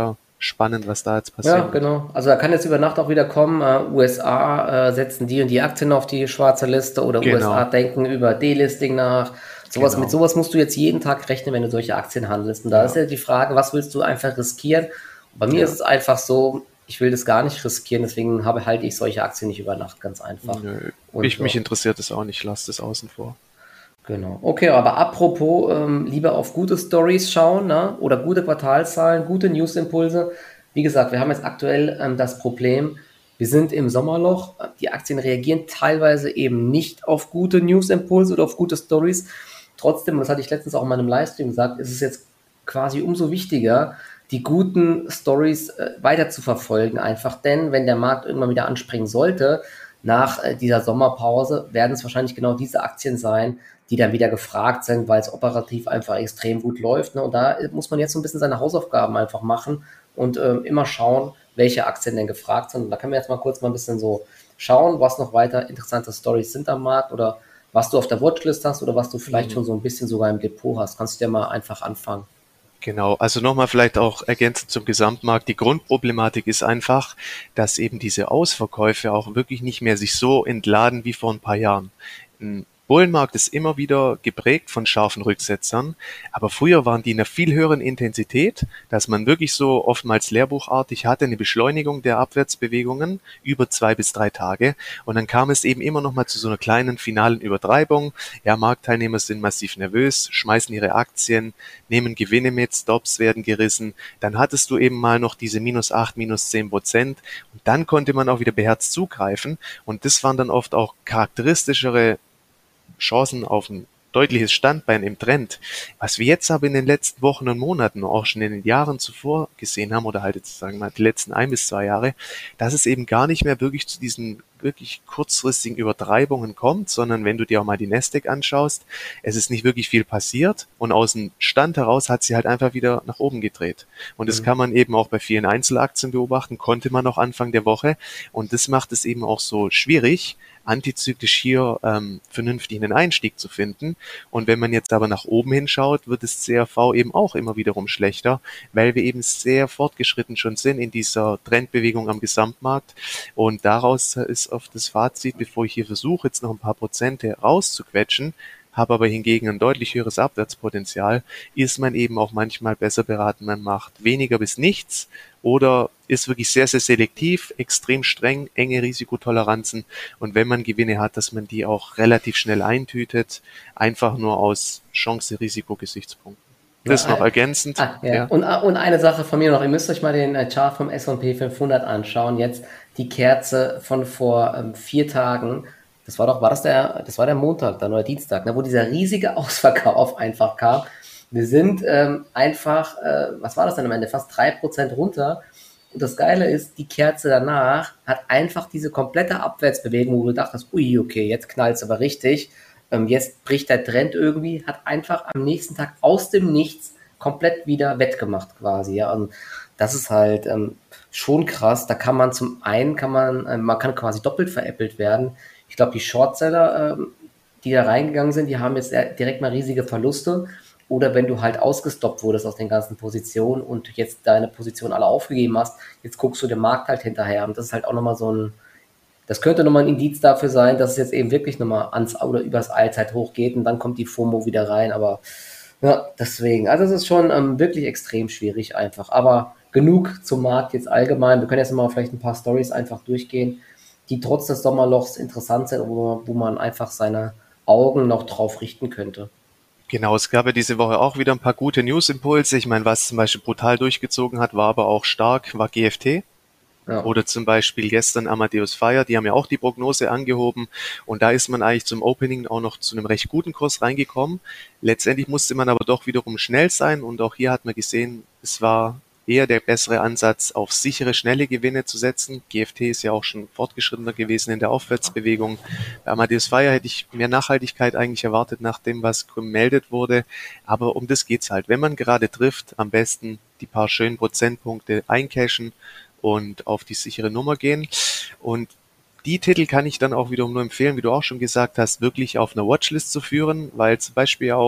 spannend, was da jetzt Ja, passieren wird. genau. Also da kann jetzt über Nacht auch wieder kommen, äh, U S A äh, setzen die und die Aktien auf die schwarze Liste oder U S A Genau, denken über Delisting nach. Sowas, mit genau. sowas musst du jetzt jeden Tag rechnen, wenn du solche Aktien handelst. Und da ist Ja, ja die Frage, was willst du einfach riskieren? Und bei mir ist ja. es einfach so, ich will das gar nicht riskieren, deswegen habe, halte ich solche Aktien nicht über Nacht, ganz einfach. Nö. Und Ich, mich ja. interessiert es auch nicht, lasst es außen vor. Genau. Okay, aber apropos, ähm, lieber auf gute Stories schauen, ne? Oder gute Quartalszahlen, gute Newsimpulse. Wie gesagt, wir haben jetzt aktuell ähm, das Problem, wir sind im Sommerloch. Die Aktien reagieren teilweise eben nicht auf gute Newsimpulse oder auf gute Stories. Trotzdem, und das hatte ich letztens auch in meinem Livestream gesagt, ist es jetzt quasi umso wichtiger, die guten Stories äh, weiter zu verfolgen. Einfach denn, wenn der Markt irgendwann wieder anspringen sollte, nach äh, dieser Sommerpause, werden es wahrscheinlich genau diese Aktien sein, die dann wieder gefragt sind, weil es operativ einfach extrem gut läuft. Ne? Und da muss man jetzt so ein bisschen seine Hausaufgaben einfach machen und äh, immer schauen, welche Aktien denn gefragt sind. Und da können wir jetzt mal kurz mal ein bisschen so schauen, was noch weiter interessante Stories sind am Markt oder was du auf der Watchlist hast oder was du vielleicht Mhm. schon so ein bisschen sogar im Depot hast. Kannst du dir mal einfach anfangen. Genau, also nochmal vielleicht auch ergänzend zum Gesamtmarkt. Die Grundproblematik ist einfach, dass eben diese Ausverkäufe auch wirklich nicht mehr sich so entladen wie vor ein paar Jahren. Ein Bullenmarkt ist immer wieder geprägt von scharfen Rücksetzern, aber früher waren die in einer viel höheren Intensität, dass man wirklich so oftmals lehrbuchartig hatte, eine Beschleunigung der Abwärtsbewegungen über zwei bis drei Tage und dann kam es eben immer noch mal zu so einer kleinen finalen Übertreibung. Ja, Marktteilnehmer sind massiv nervös, schmeißen ihre Aktien, nehmen Gewinne mit, Stops werden gerissen, dann hattest du eben mal noch diese minus acht, minus zehn Prozent und dann konnte man auch wieder beherzt zugreifen und das waren dann oft auch charakteristischere Chancen auf ein deutliches Standbein im Trend. Was wir jetzt aber in den letzten Wochen und Monaten, auch schon in den Jahren zuvor gesehen haben, oder halt jetzt sagen wir mal die letzten ein bis zwei Jahre, dass es eben gar nicht mehr wirklich zu diesen wirklich kurzfristigen Übertreibungen kommt, sondern wenn du dir auch mal die Nasdaq anschaust, es ist nicht wirklich viel passiert und aus dem Stand heraus hat sie halt einfach wieder nach oben gedreht. Und das Mhm. kann man eben auch bei vielen Einzelaktien beobachten, konnte man auch Anfang der Woche und das macht es eben auch so schwierig, antizyklisch hier ähm, vernünftig einen Einstieg zu finden. Und wenn man jetzt aber nach oben hinschaut, wird das C R V eben auch immer wiederum schlechter, weil wir eben sehr fortgeschritten schon sind in dieser Trendbewegung am Gesamtmarkt. Und daraus ist oft das Fazit, bevor ich hier versuche, jetzt noch ein paar Prozente rauszuquetschen, habe aber hingegen ein deutlich höheres Abwärtspotenzial, ist man eben auch manchmal besser beraten, man macht weniger bis nichts oder ist wirklich sehr, sehr selektiv, extrem streng, enge Risikotoleranzen und wenn man Gewinne hat, dass man die auch relativ schnell eintütet, einfach nur aus Chance-Risiko-Gesichtspunkten. Das noch Ja, ergänzend, ah, ja. ja. Und, ah, und eine Sache von mir noch, ihr müsst euch mal den äh, Chart vom S und P fünfhundert anschauen. Jetzt die Kerze von vor ähm, vier Tagen. Das war doch, war das der, das war der Montag dann oder Dienstag, ne, wo dieser riesige Ausverkauf einfach kam. Wir sind ähm, einfach, äh, was war das denn am Ende? Fast drei Prozent runter. Und das Geile ist, die Kerze danach hat einfach diese komplette Abwärtsbewegung, wo du dachtest, ui, okay, jetzt knallt es aber richtig. Ähm, jetzt bricht der Trend irgendwie, hat einfach am nächsten Tag aus dem Nichts komplett wieder wettgemacht quasi. Ja. Und das ist halt ähm, schon krass. Da kann man zum einen, kann man, äh, man kann quasi doppelt veräppelt werden. Ich glaube, die Shortseller, ähm, die da reingegangen sind, die haben jetzt direkt mal riesige Verluste. Oder wenn du halt ausgestoppt wurdest aus den ganzen Positionen und jetzt deine Position alle aufgegeben hast, jetzt guckst du dem Markt halt hinterher. Und das ist halt auch nochmal so ein, das könnte nochmal ein Indiz dafür sein, dass es jetzt eben wirklich nochmal ans oder übers Allzeithoch geht und dann kommt die FOMO wieder rein. Aber ja, deswegen, also es ist schon ähm, wirklich extrem schwierig einfach. Aber genug zum Markt jetzt allgemein. Wir können jetzt mal vielleicht ein paar Stories einfach durchgehen, die trotz des Sommerlochs interessant sind, wo, wo man einfach seine Augen noch drauf richten könnte. Genau, es gab ja diese Woche auch wieder ein paar gute News-Impulse. Ich meine, was zum Beispiel brutal durchgezogen hat, war aber auch stark, war G F T. Ja. Oder zum Beispiel gestern Amadeus Fire, die haben ja auch die Prognose angehoben und da ist man eigentlich zum Opening auch noch zu einem recht guten Kurs reingekommen. Letztendlich musste man aber doch wiederum schnell sein und auch hier hat man gesehen, es war eher der bessere Ansatz, auf sichere, schnelle Gewinne zu setzen. G F T ist ja auch schon fortgeschrittener gewesen in der Aufwärtsbewegung. Bei Amadeus Fire hätte ich mehr Nachhaltigkeit eigentlich erwartet nach dem, was gemeldet wurde. Aber um das geht's halt. Wenn man gerade trifft, am besten die paar schönen Prozentpunkte eincashen und auf die sichere Nummer gehen. Und die Titel kann ich dann auch wiederum nur empfehlen, wie du auch schon gesagt hast, wirklich auf einer Watchlist zu führen, weil zum Beispiel auch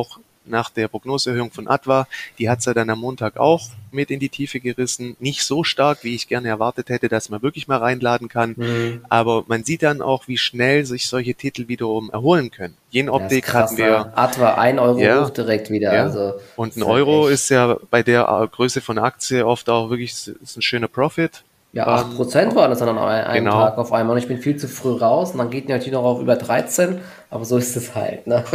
nach der Prognoseerhöhung von Adva. Die hat es ja dann am Montag auch mit in die Tiefe gerissen. Nicht so stark, wie ich gerne erwartet hätte, dass man wirklich mal reinladen kann. Mhm. Aber man sieht dann auch, wie schnell sich solche Titel wiederum erholen können. Ja, ist Jenoptik krass, hatten wir, ne? Atwa ein Euro hoch ja, direkt wieder, ja. also Und ein ist halt Euro ist echt. ja bei der äh, Größe von Aktie oft auch wirklich ist ein schöner Profit. Ja, acht Ähm, Prozent waren es dann an ein- einem genau. Tag auf einmal. Und ich bin viel zu früh raus und dann geht die natürlich noch auf über dreizehn, aber so ist es halt, ne?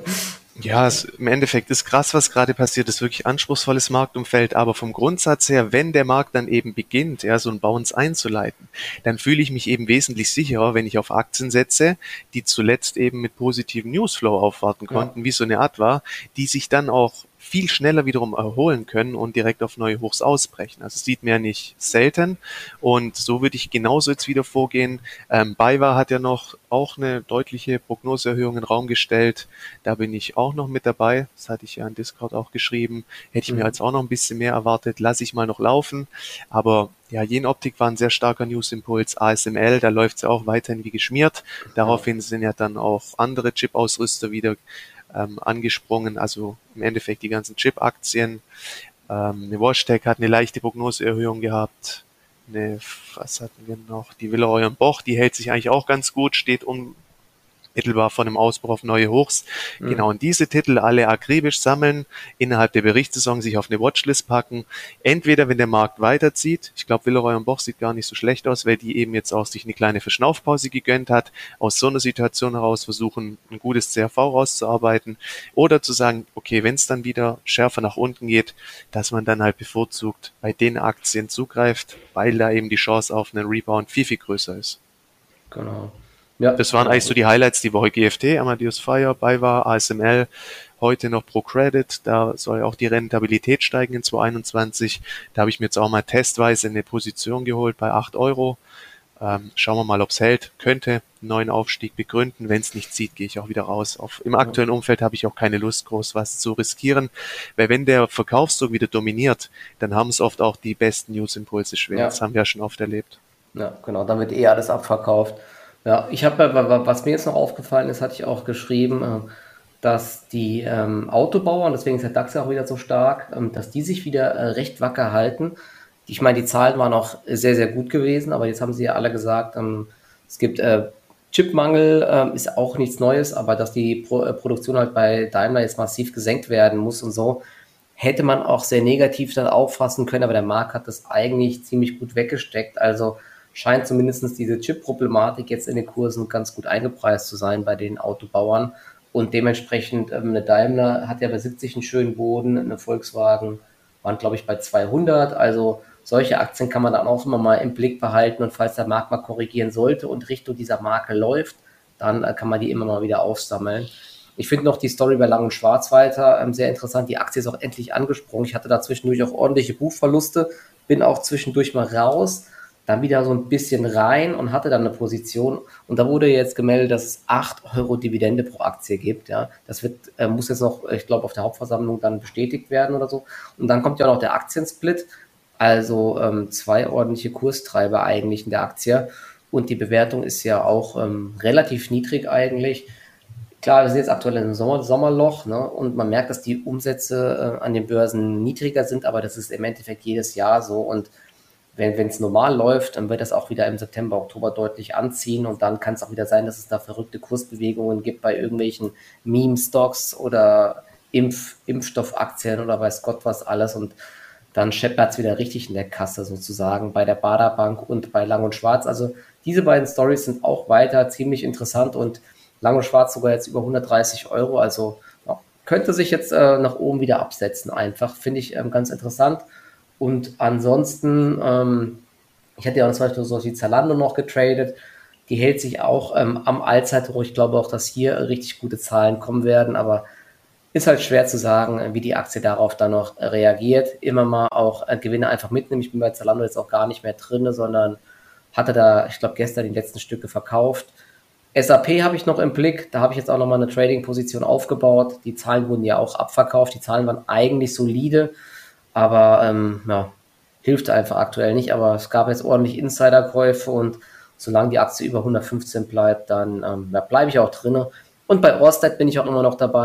Ja, es, im Endeffekt ist krass, was gerade passiert, ist wirklich anspruchsvolles Marktumfeld, aber vom Grundsatz her, wenn der Markt dann eben beginnt, ja, so ein Bounce einzuleiten, dann fühle ich mich eben wesentlich sicherer, wenn ich auf Aktien setze, die zuletzt eben mit positivem Newsflow aufwarten Ja, konnten, wie so eine Adva, die sich dann auch viel schneller wiederum erholen können und direkt auf neue Hochs ausbrechen. Also das sieht man ja nicht selten und so würde ich genauso jetzt wieder vorgehen. Ähm, BayWa hat ja noch auch eine deutliche Prognoseerhöhung in den Raum gestellt. Da bin ich auch noch mit dabei. Das hatte ich ja in Discord auch geschrieben. Hätte ich mir mhm. jetzt auch noch ein bisschen mehr erwartet. Lasse ich mal noch laufen. Aber ja, Jenoptik war ein sehr starker Newsimpuls. A S M L, da läuft es ja auch weiterhin wie geschmiert. Ja, Daraufhin sind ja dann auch andere Chip-Ausrüster wieder ähm, angesprungen. Also im Endeffekt die ganzen Chip-Aktien. Ähm, eine Washtec hat eine leichte Prognoseerhöhung gehabt. Eine, was hatten wir noch? Die Villeroy und Boch, die hält sich eigentlich auch ganz gut, steht um mittelbar vor dem Ausbruch auf neue Hochs. Genau, mhm. und diese Titel alle akribisch sammeln, innerhalb der Berichtssaison sich auf eine Watchlist packen. Entweder, wenn der Markt weiterzieht, ich glaube, Villeroy und Boch sieht gar nicht so schlecht aus, weil die eben jetzt auch sich eine kleine Verschnaufpause gegönnt hat, aus so einer Situation heraus versuchen, ein gutes C R V rauszuarbeiten oder zu sagen, okay, wenn es dann wieder schärfer nach unten geht, dass man dann halt bevorzugt bei den Aktien zugreift, weil da eben die Chance auf einen Rebound viel, viel größer ist. Genau. Ja, Das waren eigentlich so genau. die Highlights die Woche. G F T, Amadeus Fire, BayWa, A S M L, heute noch ProCredit, da soll auch die Rentabilität steigen in zwanzig einundzwanzig. Da habe ich mir jetzt auch mal testweise eine Position geholt bei acht Euro. Ähm, schauen wir mal, ob es hält. Könnte einen neuen Aufstieg begründen. Wenn es nicht zieht, gehe ich auch wieder raus. Auf, Im Ja, aktuellen Umfeld habe ich auch keine Lust, groß was zu riskieren, weil wenn der Verkaufsdruck wieder dominiert, dann haben es oft auch die besten Newsimpulse schwer. Das ja, haben wir ja schon oft erlebt. ja, genau. Dann wird eh alles abverkauft. Ja, ich habe, ja, was mir jetzt noch aufgefallen ist, hatte ich auch geschrieben, äh, dass die ähm, Autobauer, und deswegen ist der DAX ja auch wieder so stark, ähm, dass die sich wieder äh, recht wacker halten. Ich meine, die Zahlen waren auch sehr, sehr gut gewesen, aber jetzt haben sie ja alle gesagt, ähm, es gibt äh, Chipmangel, ähm, ist auch nichts Neues, aber dass die Pro äh, Produktion halt bei Daimler jetzt massiv gesenkt werden muss und so, hätte man auch sehr negativ dann auffassen können, aber der Markt hat das eigentlich ziemlich gut weggesteckt. Also scheint zumindest diese Chip-Problematik jetzt in den Kursen ganz gut eingepreist zu sein bei den Autobauern. Und dementsprechend, ähm, eine Daimler hat ja bei siebzig einen schönen Boden, eine Volkswagen waren, glaube ich, bei zweihundert. Also solche Aktien kann man dann auch immer mal im Blick behalten. Und falls der Markt mal korrigieren sollte und Richtung dieser Marke läuft, dann äh, kann man die immer mal wieder aufsammeln. Ich finde noch die Story bei Lang und Schwarz weiter ähm, sehr interessant. Die Aktie ist auch endlich angesprungen. Ich hatte da zwischendurch auch ordentliche Buchverluste, bin auch zwischendurch mal raus, dann wieder so ein bisschen rein und hatte dann eine Position. Und da wurde jetzt gemeldet, dass es acht Euro Dividende pro Aktie gibt. Ja, das wird, äh, muss jetzt noch, ich glaube, auf der Hauptversammlung dann bestätigt werden oder so. Und dann kommt ja noch der Aktiensplit. Also ähm, zwei ordentliche Kurstreiber eigentlich in der Aktie. Und die Bewertung ist ja auch ähm, relativ niedrig eigentlich. Klar, wir sind jetzt aktuell im Sommer, Sommerloch, ne? Und man merkt, dass die Umsätze äh, an den Börsen niedriger sind, aber das ist im Endeffekt jedes Jahr so. Und wenn es normal läuft, dann wird das auch wieder im September, Oktober deutlich anziehen. Und dann kann es auch wieder sein, dass es da verrückte Kursbewegungen gibt bei irgendwelchen Meme-Stocks oder Impf Impfstoffaktien oder weiß Gott was alles. Und dann scheppert es wieder richtig in der Kasse sozusagen bei der Bader Bank und bei Lang und Schwarz. Also diese beiden Stories sind auch weiter ziemlich interessant und Lang und Schwarz sogar jetzt über hundertdreißig Euro. Also ja, könnte sich jetzt äh, nach oben wieder absetzen einfach. Finde ich ähm, ganz interessant. Und ansonsten, ähm, ich hatte ja zum Beispiel so die Zalando noch getradet. Die hält sich auch ähm, am Allzeithoch. Ich glaube auch, dass hier richtig gute Zahlen kommen werden. Aber ist halt schwer zu sagen, wie die Aktie darauf dann noch reagiert. Immer mal auch äh, Gewinne einfach mitnehmen. Ich bin bei Zalando jetzt auch gar nicht mehr drin, sondern hatte da, ich glaube, gestern die letzten Stücke verkauft. S A P habe ich noch im Blick. Da habe ich jetzt auch nochmal eine Trading-Position aufgebaut. Die Zahlen wurden ja auch abverkauft. Die Zahlen waren eigentlich solide, aber ähm, ja, hilft einfach aktuell nicht. Aber es gab jetzt ordentlich Insiderkäufe und solange die Aktie über hundertfünfzehn bleibt, dann ähm, ja, bleibe ich auch drin. Und bei Orsted bin ich auch immer noch dabei.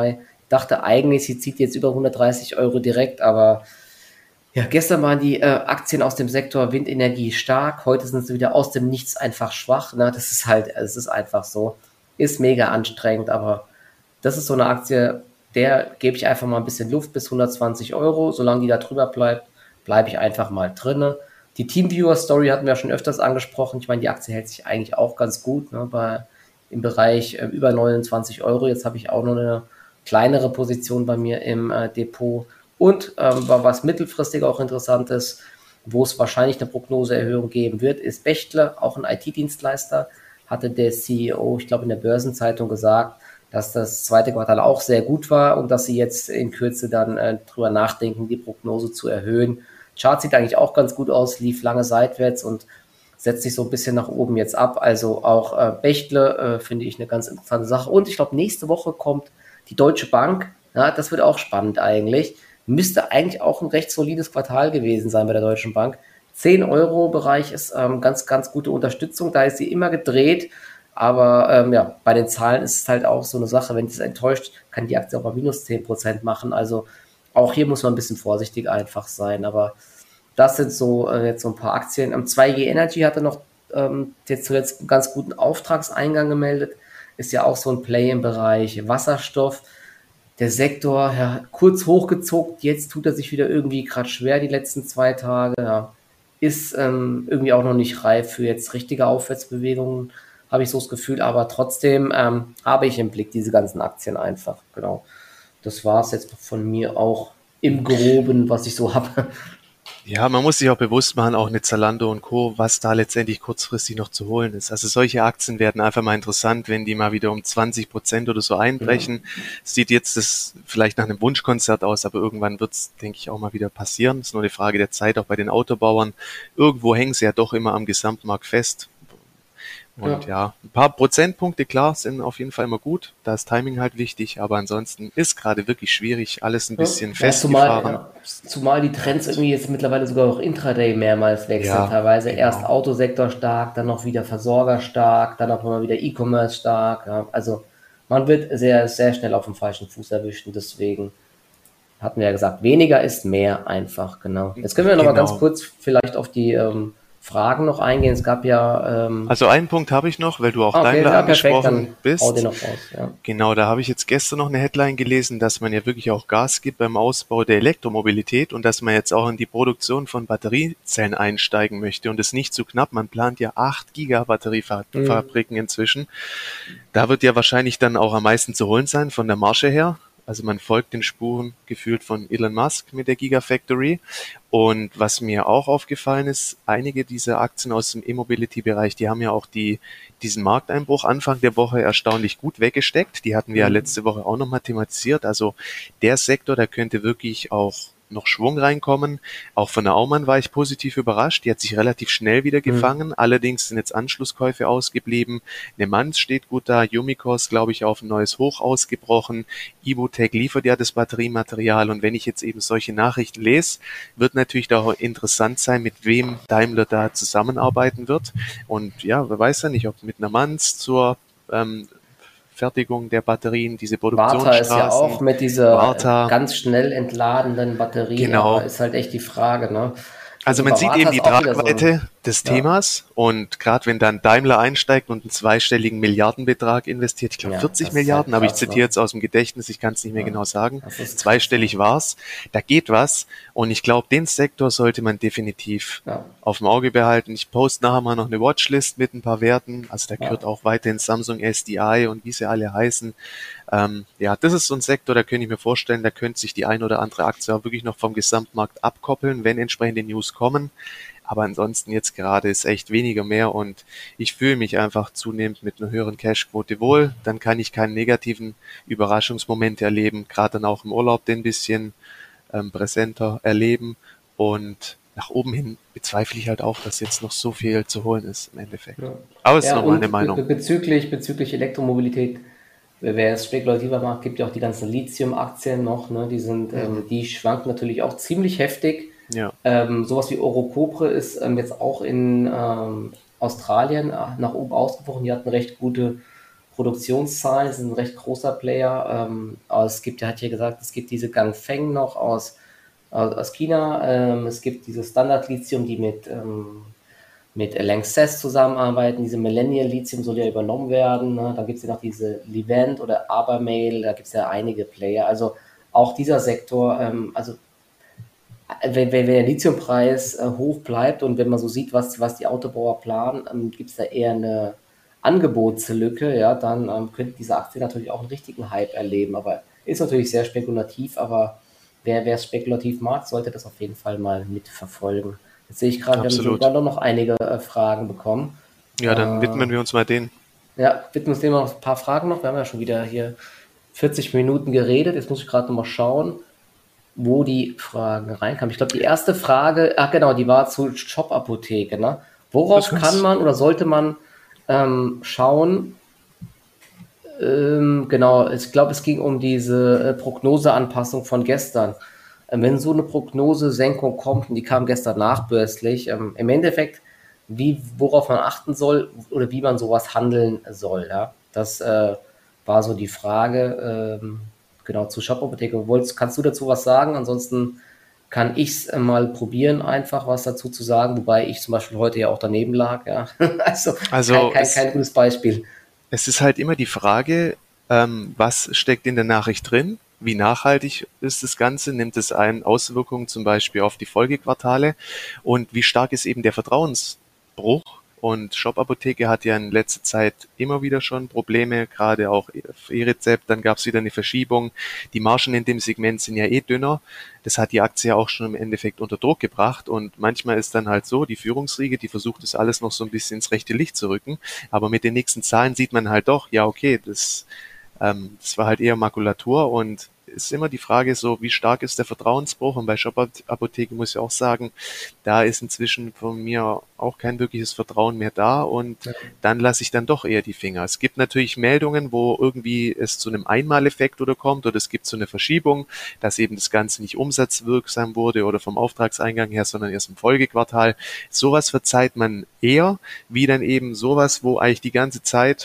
Dachte eigentlich, sie zieht jetzt über hundertdreißig Euro direkt, aber ja, gestern waren die äh, Aktien aus dem Sektor Windenergie stark, heute sind sie wieder aus dem Nichts einfach schwach. Ne? Das ist halt, es ist einfach so. Ist mega anstrengend, aber das ist so eine Aktie, der gebe ich einfach mal ein bisschen Luft bis hundertzwanzig Euro. Solange die da drüber bleibt, bleibe ich einfach mal drinne. Die Teamviewer-Story hatten wir schon öfters angesprochen. Ich meine, die Aktie hält sich eigentlich auch ganz gut, ne, bei, im Bereich äh, über neunundzwanzig Euro. Jetzt habe ich auch noch eine kleinere Position bei mir im äh, Depot. Und ähm, was mittelfristig auch interessant ist, wo es wahrscheinlich eine Prognoseerhöhung geben wird, ist Bechtle, auch ein I T-Dienstleister, hatte der C E O, ich glaube in der Börsenzeitung gesagt, dass das zweite Quartal auch sehr gut war und dass sie jetzt in Kürze dann äh, drüber nachdenken, die Prognose zu erhöhen. Chart sieht eigentlich auch ganz gut aus, lief lange seitwärts und setzt sich so ein bisschen nach oben jetzt ab. Also auch äh, Bechtle äh, finde ich eine ganz interessante Sache. Und ich glaube, nächste Woche kommt die Deutsche Bank. Ja, das wird auch spannend eigentlich. Müsste eigentlich auch ein recht solides Quartal gewesen sein bei der Deutschen Bank. zehn Euro Bereich ist ähm, ganz, ganz gute Unterstützung. Da ist sie immer gedreht. Aber ähm, ja, bei den Zahlen ist es halt auch so eine Sache, wenn es enttäuscht, kann die Aktie auch mal minus zehn Prozent machen. Also auch hier muss man ein bisschen vorsichtig einfach sein. Aber das sind so äh, jetzt so ein paar Aktien. Am zwei G Energy hatte noch ähm, jetzt zuletzt einen ganz guten Auftragseingang gemeldet. Ist ja auch so ein Play im Bereich Wasserstoff. Der Sektor, ja, kurz hochgezuckt, jetzt tut er sich wieder irgendwie gerade schwer die letzten zwei Tage. Ja. Ist ähm, irgendwie auch noch nicht reif für jetzt richtige Aufwärtsbewegungen, habe ich so das Gefühl, aber trotzdem ähm, habe ich im Blick diese ganzen Aktien einfach. Genau. Das war es jetzt von mir auch im Groben, was ich so habe. Ja, man muss sich auch bewusst machen, auch eine Zalando und Co., was da letztendlich kurzfristig noch zu holen ist. Also solche Aktien werden einfach mal interessant, wenn die mal wieder um zwanzig Prozent oder so einbrechen. Ja. Sieht jetzt das vielleicht nach einem Wunschkonzert aus, aber irgendwann wird es, denke ich, auch mal wieder passieren. Das ist nur eine Frage der Zeit, auch bei den Autobauern. Irgendwo hängen sie ja doch immer am Gesamtmarkt fest. Und ja. ja, ein paar Prozentpunkte, klar, sind auf jeden Fall immer gut. Da ist Timing halt wichtig, aber ansonsten ist gerade wirklich schwierig, alles ein bisschen ja, festgefahren. Zumal, ja, zumal die Trends irgendwie jetzt mittlerweile sogar auch Intraday mehrmals wechseln. Ja, teilweise genau. Erst Autosektor stark, dann noch wieder Versorger stark, dann auch immer wieder E-Commerce stark. Ja. Also man wird sehr, sehr schnell auf dem falschen Fuß erwischt und deswegen hatten wir ja gesagt, weniger ist mehr einfach, genau. Jetzt können wir genau. noch mal ganz kurz vielleicht auf die ähm, Fragen noch eingehen. Es gab ja... Ähm also einen Punkt habe ich noch, weil du auch okay, Daimler ja, angesprochen perfekt, bist. Hau den noch raus, ja. Genau, da habe ich jetzt gestern noch eine Headline gelesen, dass man ja wirklich auch Gas gibt beim Ausbau der Elektromobilität und dass man jetzt auch in die Produktion von Batteriezellen einsteigen möchte und es nicht zu knapp. Man plant ja acht Gigabatteriefabriken mhm. inzwischen. Da wird ja wahrscheinlich dann auch am meisten zu holen sein von der Marge her. Also man folgt den Spuren gefühlt von Elon Musk mit der Gigafactory. Und was mir auch aufgefallen ist, einige dieser Aktien aus dem E-Mobility-Bereich, die haben ja auch die, diesen Markteinbruch Anfang der Woche erstaunlich gut weggesteckt. Die hatten wir ja letzte Woche auch nochmal thematisiert. Also der Sektor, da könnte wirklich auch noch Schwung reinkommen. Auch von der Aumann war ich positiv überrascht. Die hat sich relativ schnell wieder gefangen. Mhm. Allerdings sind jetzt Anschlusskäufe ausgeblieben. Nemanz steht gut da. Umicore ist, glaube ich, auf ein neues Hoch ausgebrochen. Ibotec liefert ja das Batteriematerial. Und wenn ich jetzt eben solche Nachrichten lese, wird natürlich da auch interessant sein, mit wem Daimler da zusammenarbeiten wird. Und ja, wer weiß ja nicht, ob mit Nemanz zur ähm, Fertigung der Batterien, diese Produktionsstraßen. Varta ist ja auch mit dieser Varta. ganz schnell entladenden Batterie. Genau. Ist halt echt die Frage, ne? Also man sieht eben die Tragweite des Themas und gerade wenn dann Daimler einsteigt und einen zweistelligen Milliardenbetrag investiert, ich glaube ja, vierzig Milliarden, aber ich zitiere jetzt aus dem Gedächtnis, ich kann es nicht mehr ja, genau sagen, zweistellig war's, da geht was und ich glaube, den Sektor sollte man definitiv ja. auf dem Auge behalten. Ich poste nachher mal noch eine Watchlist mit ein paar Werten, also da gehört ja. auch weiterhin Samsung S D I und wie sie alle heißen. Ähm, ja, das ist so ein Sektor, da könnte ich mir vorstellen, da könnte sich die ein oder andere Aktie auch wirklich noch vom Gesamtmarkt abkoppeln, wenn entsprechende News kommen. Aber ansonsten jetzt gerade ist echt weniger mehr und ich fühle mich einfach zunehmend mit einer höheren Cashquote wohl. Dann kann ich keinen negativen Überraschungsmoment erleben, gerade dann auch im Urlaub den ein bisschen ähm, präsenter erleben. Und nach oben hin bezweifle ich halt auch, dass jetzt noch so viel zu holen ist im Endeffekt. Ja. Aber es ja, ist nur meine Meinung. Be- bezüglich, bezüglich Elektromobilität, wer es spekulativer macht, gibt ja auch die ganzen Lithium-Aktien noch, ne? Die sind, mhm. ähm, die schwanken natürlich auch ziemlich heftig. Ja. Ähm, sowas wie Orocobre ist ähm, jetzt auch in ähm, Australien nach oben ausgebrochen. Die hatten recht gute Produktionszahlen, ist ein recht großer Player. Ähm, aber es gibt, er hat hier gesagt, es gibt diese Ganfeng noch aus, aus, aus China. Ähm, es gibt diese Standard-Lithium, die mit, ähm, mit Lanxess zusammenarbeiten. Diese Millennial-Lithium soll ja übernommen werden. Ne? Dann gibt es ja noch diese Livent oder Abermail, da gibt es ja einige Player. Also auch dieser Sektor, ähm, also wenn, wenn, wenn der Lithiumpreis äh, hoch bleibt und wenn man so sieht, was, was die Autobauer planen, ähm, gibt es da eher eine Angebotslücke, ja, dann ähm, könnte diese Aktie natürlich auch einen richtigen Hype erleben. Aber ist natürlich sehr spekulativ, aber wer wer es spekulativ mag, sollte das auf jeden Fall mal mitverfolgen. Jetzt sehe ich gerade, wir haben Absolut. sogar noch einige äh, Fragen bekommen. Ja, dann Äh, widmen wir uns mal denen. ja, widmen wir uns dem noch ein paar Fragen noch. Wir haben ja schon wieder hier vierzig Minuten geredet. Jetzt muss ich gerade noch mal schauen, wo die Fragen reinkamen. Ich glaube, die erste Frage, ach genau, die war zu Shop-Apotheke. Ne? Das Worauf kann kann's. man oder sollte man ähm, schauen? Ähm, genau, ich glaube, es ging um diese äh, Prognoseanpassung von gestern. Ähm, wenn so eine Prognosesenkung kommt, und die kam gestern nachbörslich, ähm, im Endeffekt, wie, worauf man achten soll oder wie man sowas handeln soll. Ja? Das äh, war so die Frage. Ähm, genau, zu Shop-Apotheke. Wolltest, kannst du dazu was sagen? Ansonsten kann ich es mal probieren, einfach was dazu zu sagen, wobei ich zum Beispiel heute ja auch daneben lag. Ja? Also kein, Also kein, es, kein gutes Beispiel. es ist halt immer die Frage, ähm, was steckt in der Nachricht drin? Wie nachhaltig ist das Ganze? Nimmt es einen Auswirkungen zum Beispiel auf die Folgequartale? Und wie stark ist eben der Vertrauensbruch? Und Shop Apotheke hat ja in letzter Zeit immer wieder schon Probleme, gerade auch für E-Rezept. Dann gab es wieder eine Verschiebung. Die Margen in dem Segment sind ja eh dünner. Das hat die Aktie auch schon im Endeffekt unter Druck gebracht. Und manchmal ist dann halt so, die Führungsriege, die versucht das alles noch so ein bisschen ins rechte Licht zu rücken. Aber mit den nächsten Zahlen sieht man halt doch, ja okay, das, ähm, das war halt eher Makulatur und ist immer die Frage so, wie stark ist der Vertrauensbruch? Und bei Shop Apotheke muss ich auch sagen, da ist inzwischen von mir auch kein wirkliches Vertrauen mehr da und Ja. dann lasse ich dann doch eher die Finger. Es gibt natürlich Meldungen, wo irgendwie es zu einem Einmaleffekt oder kommt oder es gibt so eine Verschiebung, dass eben das Ganze nicht umsatzwirksam wurde oder vom Auftragseingang her, sondern erst im Folgequartal. Sowas verzeiht man eher, wie dann eben sowas, wo eigentlich die ganze Zeit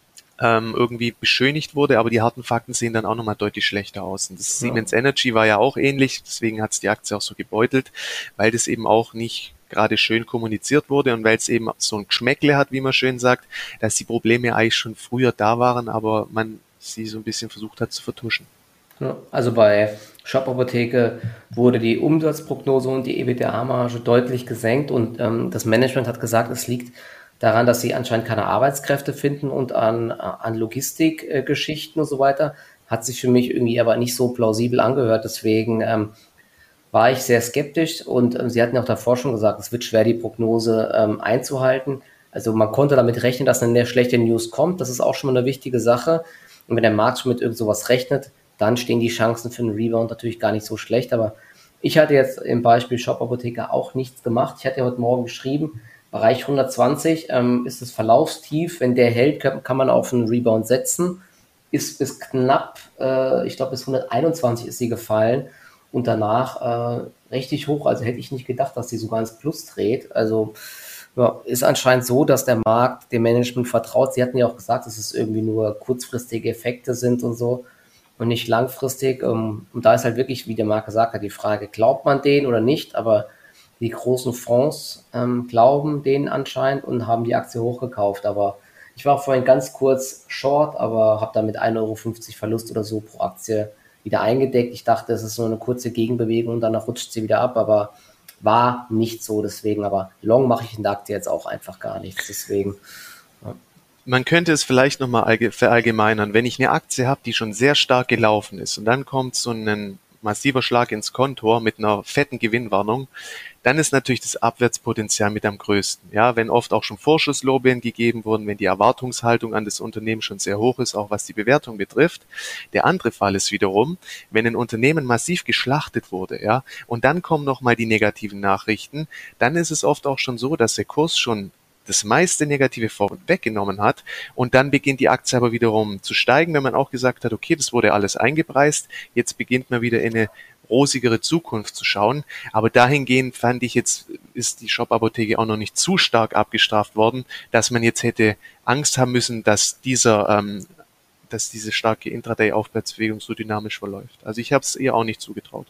ähm, irgendwie beschönigt wurde, aber die harten Fakten sehen dann auch nochmal deutlich schlechter aus. Und das Ja. Siemens Energy war ja auch ähnlich, deswegen hat es die Aktie auch so gebeutelt, weil das eben auch nicht gerade schön kommuniziert wurde und weil es eben so ein Geschmäckle hat, wie man schön sagt, dass die Probleme eigentlich schon früher da waren, aber man sie so ein bisschen versucht hat zu vertuschen. Ja, also bei Shop Apotheke wurde die Umsatzprognose und die EBITDA-Marge deutlich gesenkt und ähm, das Management hat gesagt, es liegt daran, dass sie anscheinend keine Arbeitskräfte finden und an, an Logistikgeschichten äh, und so weiter. Hat sich für mich irgendwie aber nicht so plausibel angehört. Deswegen ähm, war ich sehr skeptisch und ähm, sie hatten ja auch davor schon gesagt, es wird schwer, die Prognose ähm, einzuhalten. Also man konnte damit rechnen, dass eine schlechte News kommt. Das ist auch schon mal eine wichtige Sache. Und wenn der Markt schon mit irgend sowas rechnet, dann stehen die Chancen für einen Rebound natürlich gar nicht so schlecht. Aber ich hatte jetzt im Beispiel Shop Apotheke auch nichts gemacht. Ich hatte ja heute Morgen geschrieben, Bereich hundertzwanzig ähm, ist das Verlaufstief. Wenn der hält, kann, kann man auf einen Rebound setzen. Ist bis knapp, äh, ich glaube bis hunderteinundzwanzig ist sie gefallen und danach äh, richtig hoch. Also hätte ich nicht gedacht, dass sie sogar ins Plus dreht. Also ja, ist anscheinend so, dass der Markt dem Management vertraut. Sie hatten ja auch gesagt, dass es irgendwie nur kurzfristige Effekte sind und so und nicht langfristig. Und da ist halt wirklich, wie der Marc gesagt hat, die Frage, glaubt man denen oder nicht? Aber die großen Fonds ähm, glauben denen anscheinend und haben die Aktie hochgekauft. Aber ich war vorhin ganz kurz short, aber habe damit ein Euro fünfzig Verlust oder so pro Aktie wieder eingedeckt. Ich dachte, es ist nur eine kurze Gegenbewegung und danach rutscht sie wieder ab, aber war nicht so. Deswegen, aber long mache ich in der Aktie jetzt auch einfach gar nichts. Deswegen. Ja. Man könnte es vielleicht nochmal verallgemeinern. Wenn ich eine Aktie habe, die schon sehr stark gelaufen ist und dann kommt so ein massiver Schlag ins Kontor mit einer fetten Gewinnwarnung, dann ist natürlich das Abwärtspotenzial mit am größten. Ja, wenn oft auch schon Vorschusslorbeeren gegeben wurden, wenn die Erwartungshaltung an das Unternehmen schon sehr hoch ist, auch was die Bewertung betrifft. Der andere Fall ist wiederum, wenn ein Unternehmen massiv geschlachtet wurde, ja, und dann kommen nochmal die negativen Nachrichten, dann ist es oft auch schon so, dass der Kurs schon das meiste Negative vorweggenommen hat und dann beginnt die Aktie aber wiederum zu steigen, wenn man auch gesagt hat, okay, das wurde alles eingepreist, jetzt beginnt man wieder in eine rosigere Zukunft zu schauen, aber dahingehend fand ich jetzt, ist die Shop-Apotheke auch noch nicht zu stark abgestraft worden, dass man jetzt hätte Angst haben müssen, dass dieser, ähm, dass diese starke Intraday-Aufwärtsbewegung so dynamisch verläuft. Also ich habe es ihr auch nicht zugetraut.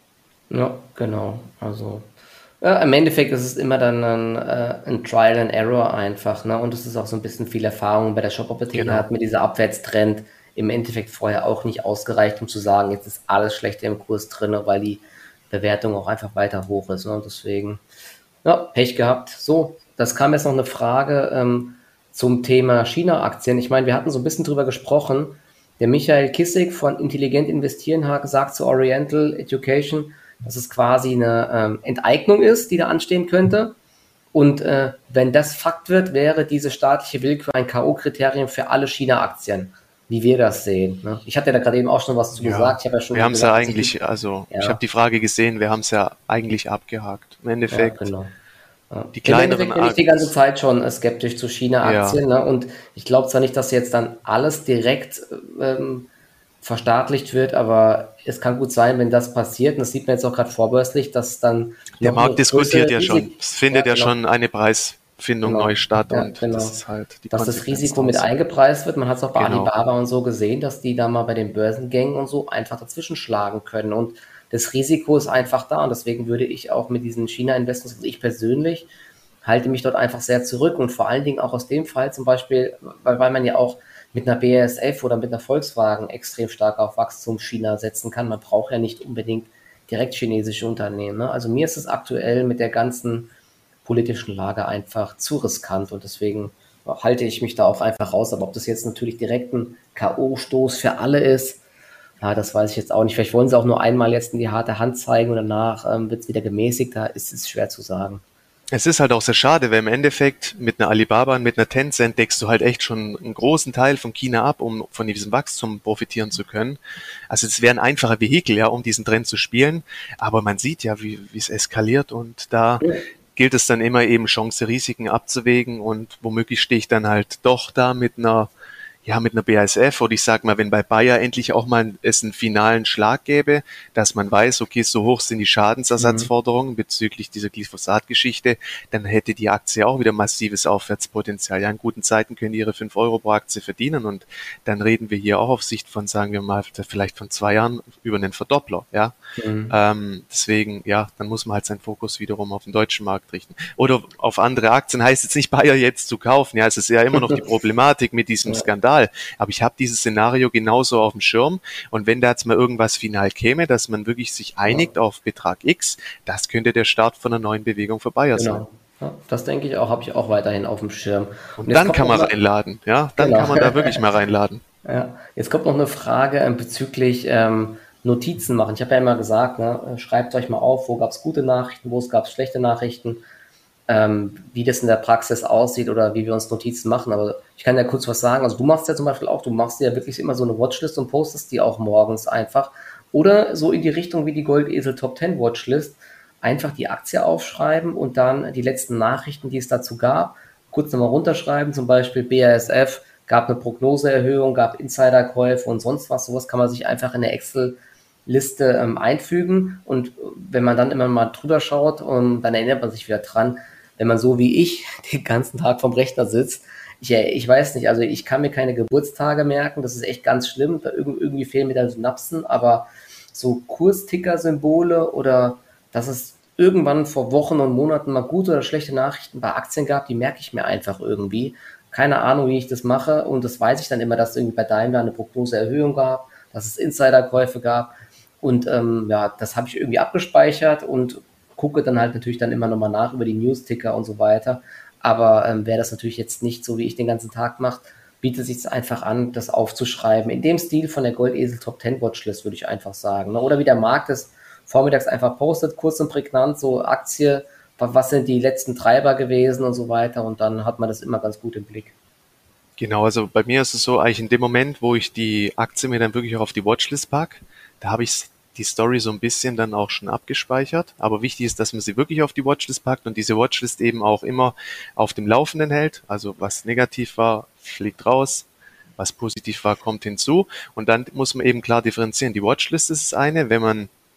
Ja, genau. Also ja, im Endeffekt ist es immer dann ein, äh, ein Trial and Error einfach, ne? Und es ist auch so ein bisschen viel Erfahrung bei der Shop-Apotheke Genau. hat mit dieser Abwärtstrend im Endeffekt vorher auch nicht ausgereicht, um zu sagen, jetzt ist alles schlechter im Kurs drin, weil die Bewertung auch einfach weiter hoch ist. Ne? Und deswegen, ja, Pech gehabt. So, das kam jetzt noch eine Frage ähm, zum Thema China-Aktien. Ich meine, wir hatten so ein bisschen drüber gesprochen. Der Michael Kissig von Intelligent Investieren hat gesagt zu Oriental Education, dass es quasi eine ähm, Enteignung ist, die da anstehen könnte. Und äh, wenn das Fakt wird, wäre diese staatliche Willkür ein K O-Kriterium für alle China-Aktien, wie wir das sehen. Ne? Ich hatte da gerade eben auch schon was zu Ja, gesagt. Ich habe ja schon wir haben es gesagt, ja dass ich eigentlich, die, also ich ja, habe die Frage gesehen, wir haben es ja eigentlich abgehakt. Im ja, Endeffekt, genau. Ja. die Im kleineren Endeffekt bin ich die ganze Aktien, Zeit schon äh, skeptisch zu ja, China-Aktien. Ne? Und ich glaube zwar nicht, dass jetzt dann alles direkt ähm, verstaatlicht wird, aber es kann gut sein, wenn das passiert, und das sieht man jetzt auch gerade vorbörslich, dass dann der noch eine Markt diskutiert größere ja schon. Risiko, Es ja, findet ja genau, schon eine Preisfindung neu genau, statt ja, und das genau, ist halt die dass das Konsequenz Risiko mit daraus. eingepreist wird. Man hat es auch bei Genau. Alibaba und so gesehen, dass die da mal bei den Börsengängen und so einfach dazwischen schlagen können. Und das Risiko ist einfach da. Und deswegen würde ich auch mit diesen China-Investments, also ich persönlich, halte mich dort einfach sehr zurück. Und vor allen Dingen auch aus dem Fall zum Beispiel, weil, weil man ja auch mit einer B A S F oder mit einer Volkswagen extrem stark auf Wachstum China setzen kann. Man braucht ja nicht unbedingt direkt chinesische Unternehmen. Ne? Also mir ist es aktuell mit der ganzen politischen Lage einfach zu riskant und deswegen halte ich mich da auch einfach raus. Aber ob das jetzt natürlich direkt ein K O-Stoß für alle ist, ja, das weiß ich jetzt auch nicht. Vielleicht wollen sie auch nur einmal jetzt in die harte Hand zeigen und danach ähm, wird es wieder gemäßigt. Da ist es schwer zu sagen. Es ist halt auch sehr schade, weil im Endeffekt mit einer Alibaba und mit einer Tencent deckst du halt echt schon einen großen Teil von China ab, um von diesem Wachstum profitieren zu können. Also es wäre ein einfacher Vehikel, ja, um diesen Trend zu spielen. Aber man sieht ja, wie, wie es eskaliert und da Ja, gilt es dann immer eben Chance, Risiken abzuwägen und womöglich stehe ich dann halt doch da mit einer ja, mit einer B A S F oder ich sag mal, wenn bei Bayer endlich auch mal es einen finalen Schlag gäbe, dass man weiß, okay, so hoch sind die mhm. Schadensersatzforderungen bezüglich dieser Glyphosat-Geschichte, dann hätte die Aktie auch wieder massives Aufwärtspotenzial. Ja, in guten Zeiten können die ihre fünf Euro pro Aktie verdienen und dann reden wir hier auch auf Sicht von, sagen wir mal, vielleicht von zwei Jahren über einen Verdoppler, ja. Mhm. Ähm, deswegen, ja, dann muss man halt seinen Fokus wiederum auf den deutschen Markt richten. Oder auf andere Aktien, heißt jetzt nicht Bayer jetzt zu kaufen. Ja, es ist ja immer noch die Problematik mit diesem Ja, Skandal. Aber ich habe dieses Szenario genauso auf dem Schirm. Und wenn da jetzt mal irgendwas final käme, dass man wirklich sich ja, einigt auf Betrag X, das könnte der Start von einer neuen Bewegung für Bayer sein. genau. Ja, das denke ich auch, habe ich auch weiterhin auf dem Schirm. Und Und jetzt dann kommt kann noch man eine, reinladen. Ja, dann kann genau. man da wirklich mal reinladen. Ja, jetzt kommt noch eine Frage ähm, bezüglich ähm, Notizen machen. Ich habe ja immer gesagt, ne, äh, schreibt euch mal auf, wo gab es gute Nachrichten, wo es gab schlechte Nachrichten, ähm, wie das in der Praxis aussieht oder wie wir uns Notizen machen. Aber ich kann ja kurz was sagen. Also du machst ja zum Beispiel auch, du machst ja wirklich immer so eine Watchlist und postest die auch morgens einfach. Oder so in die Richtung wie die Goldesel Top zehn Watchlist. Einfach die Aktie aufschreiben und dann die letzten Nachrichten, die es dazu gab, kurz nochmal runterschreiben. Zum Beispiel B A S F gab eine Prognoseerhöhung, gab Insiderkäufe und sonst was. Sowas kann man sich einfach in eine Excel-Liste ähm, einfügen. Und wenn man dann immer mal drüber schaut, um, dann erinnert man sich wieder dran, wenn man so wie ich den ganzen Tag vom Rechner sitzt. Ich, ich weiß nicht, also ich kann mir keine Geburtstage merken, das ist echt ganz schlimm. Da irgendwie fehlen mir da Synapsen, aber so Kursticker-Symbole oder dass es irgendwann vor Wochen und Monaten mal gute oder schlechte Nachrichten bei Aktien gab, die merke ich mir einfach irgendwie. Keine Ahnung, wie ich das mache und das weiß ich dann immer, dass es irgendwie bei Daimler eine Prognoseerhöhung gab, dass es Insiderkäufe gab und ähm, ja, das habe ich irgendwie abgespeichert und gucke dann halt natürlich dann immer nochmal nach über die News-Ticker und so weiter. Aber ähm, wer das natürlich jetzt nicht so, wie ich den ganzen Tag macht, bietet sich es einfach an, das aufzuschreiben. In dem Stil von der Goldesel Top zehn Watchlist, würde ich einfach sagen. Ne? Oder wie der Markt es vormittags einfach postet, kurz und prägnant, so Aktie, was sind die letzten Treiber gewesen und so weiter. Und dann hat man das immer ganz gut im Blick. Genau, also bei mir ist es so, eigentlich in dem Moment, wo ich die Aktie mir dann wirklich auch auf die Watchlist pack, da habe ich die Story so ein bisschen dann auch schon abgespeichert. Aber wichtig ist, dass man sie wirklich auf die Watchlist packt und diese Watchlist eben auch immer auf dem Laufenden hält. Also was negativ war, fliegt raus. Was positiv war, kommt hinzu. Und dann muss man eben klar differenzieren. Die Watchlist ist das eine, wenn man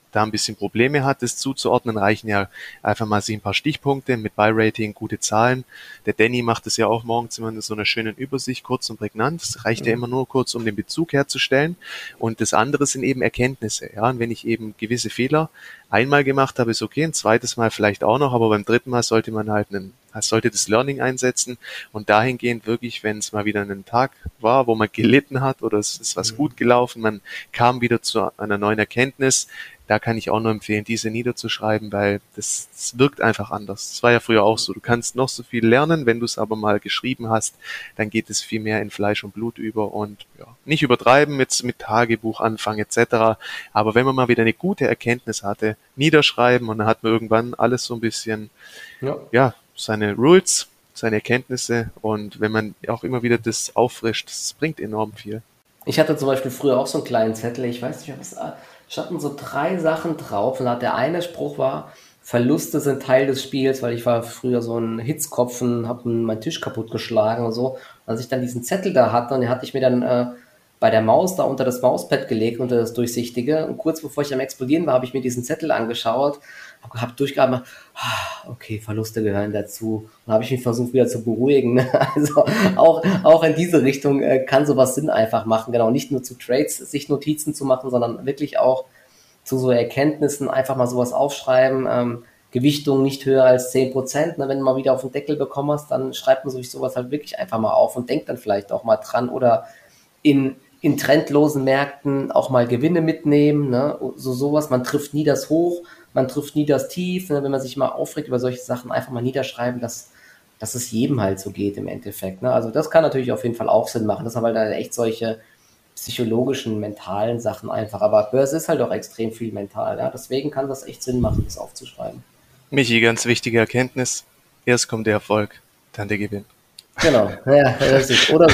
da ein bisschen Probleme hat, das zuzuordnen, reichen ja einfach mal sich ein paar Stichpunkte mit Buy-Rating, gute Zahlen. Der Danny macht es ja auch morgens immer in so einer schönen Übersicht, kurz und prägnant. Das reicht ja immer nur kurz, um den Bezug herzustellen. Und das andere sind eben Erkenntnisse. Ja, und wenn ich eben gewisse Fehler einmal gemacht habe, ist okay, ein zweites Mal vielleicht auch noch, aber beim dritten Mal sollte man halt einen, sollte das Learning einsetzen und dahingehend wirklich, wenn es mal wieder ein Tag war, wo man gelitten hat oder es ist was gut gelaufen, man kam wieder zu einer neuen Erkenntnis, da kann ich auch nur empfehlen, diese niederzuschreiben, weil das, das wirkt einfach anders. Das war ja früher auch so. Du kannst noch so viel lernen, wenn du es aber mal geschrieben hast, dann geht es viel mehr in Fleisch und Blut über und ja, nicht übertreiben mit, mit Tagebuch anfangen et cetera. Aber wenn man mal wieder eine gute Erkenntnis hatte, niederschreiben und dann hat man irgendwann alles so ein bisschen, Ja. ja, seine Rules, seine Erkenntnisse und wenn man auch immer wieder das auffrischt, das bringt enorm viel. Ich hatte zum Beispiel früher auch so einen kleinen Zettel, ich weiß nicht, ob es standen so drei Sachen drauf und der eine Spruch war, Verluste sind Teil des Spiels, weil ich war früher so ein Hitzkopf und habe meinen Tisch kaputt geschlagen und so. Und als ich dann diesen Zettel da hatte, und den hatte ich mir dann äh, bei der Maus da unter das Mauspad gelegt, unter das Durchsichtige. Und kurz bevor ich am Explodieren war, habe ich mir diesen Zettel angeschaut, habe hab durchgeatmet, ah, okay, Verluste gehören dazu. Und habe ich mich versucht wieder zu beruhigen. Also auch, auch in diese Richtung äh, kann sowas Sinn einfach machen. Genau, nicht nur zu Trades sich Notizen zu machen, sondern wirklich auch zu so Erkenntnissen einfach mal sowas aufschreiben. Ähm, Gewichtung nicht höher als zehn Prozent. Ne? Wenn du mal wieder auf den Deckel bekommen hast, dann schreibt man sich sowas halt wirklich einfach mal auf und denkt dann vielleicht auch mal dran oder in in trendlosen Märkten auch mal Gewinne mitnehmen, ne? So sowas, man trifft nie das Hoch, man trifft nie das Tief, ne? Wenn man sich mal aufregt über solche Sachen, einfach mal niederschreiben, dass, dass es jedem halt so geht im Endeffekt, ne? Also das kann natürlich auf jeden Fall auch Sinn machen, das sind halt dann echt solche psychologischen, mentalen Sachen einfach, aber Börse ist halt auch extrem viel mental, ja? Deswegen kann das echt Sinn machen, das aufzuschreiben. Michi, ganz wichtige Erkenntnis, erst kommt der Erfolg, dann der Gewinn. Genau, ja, richtig, oder so,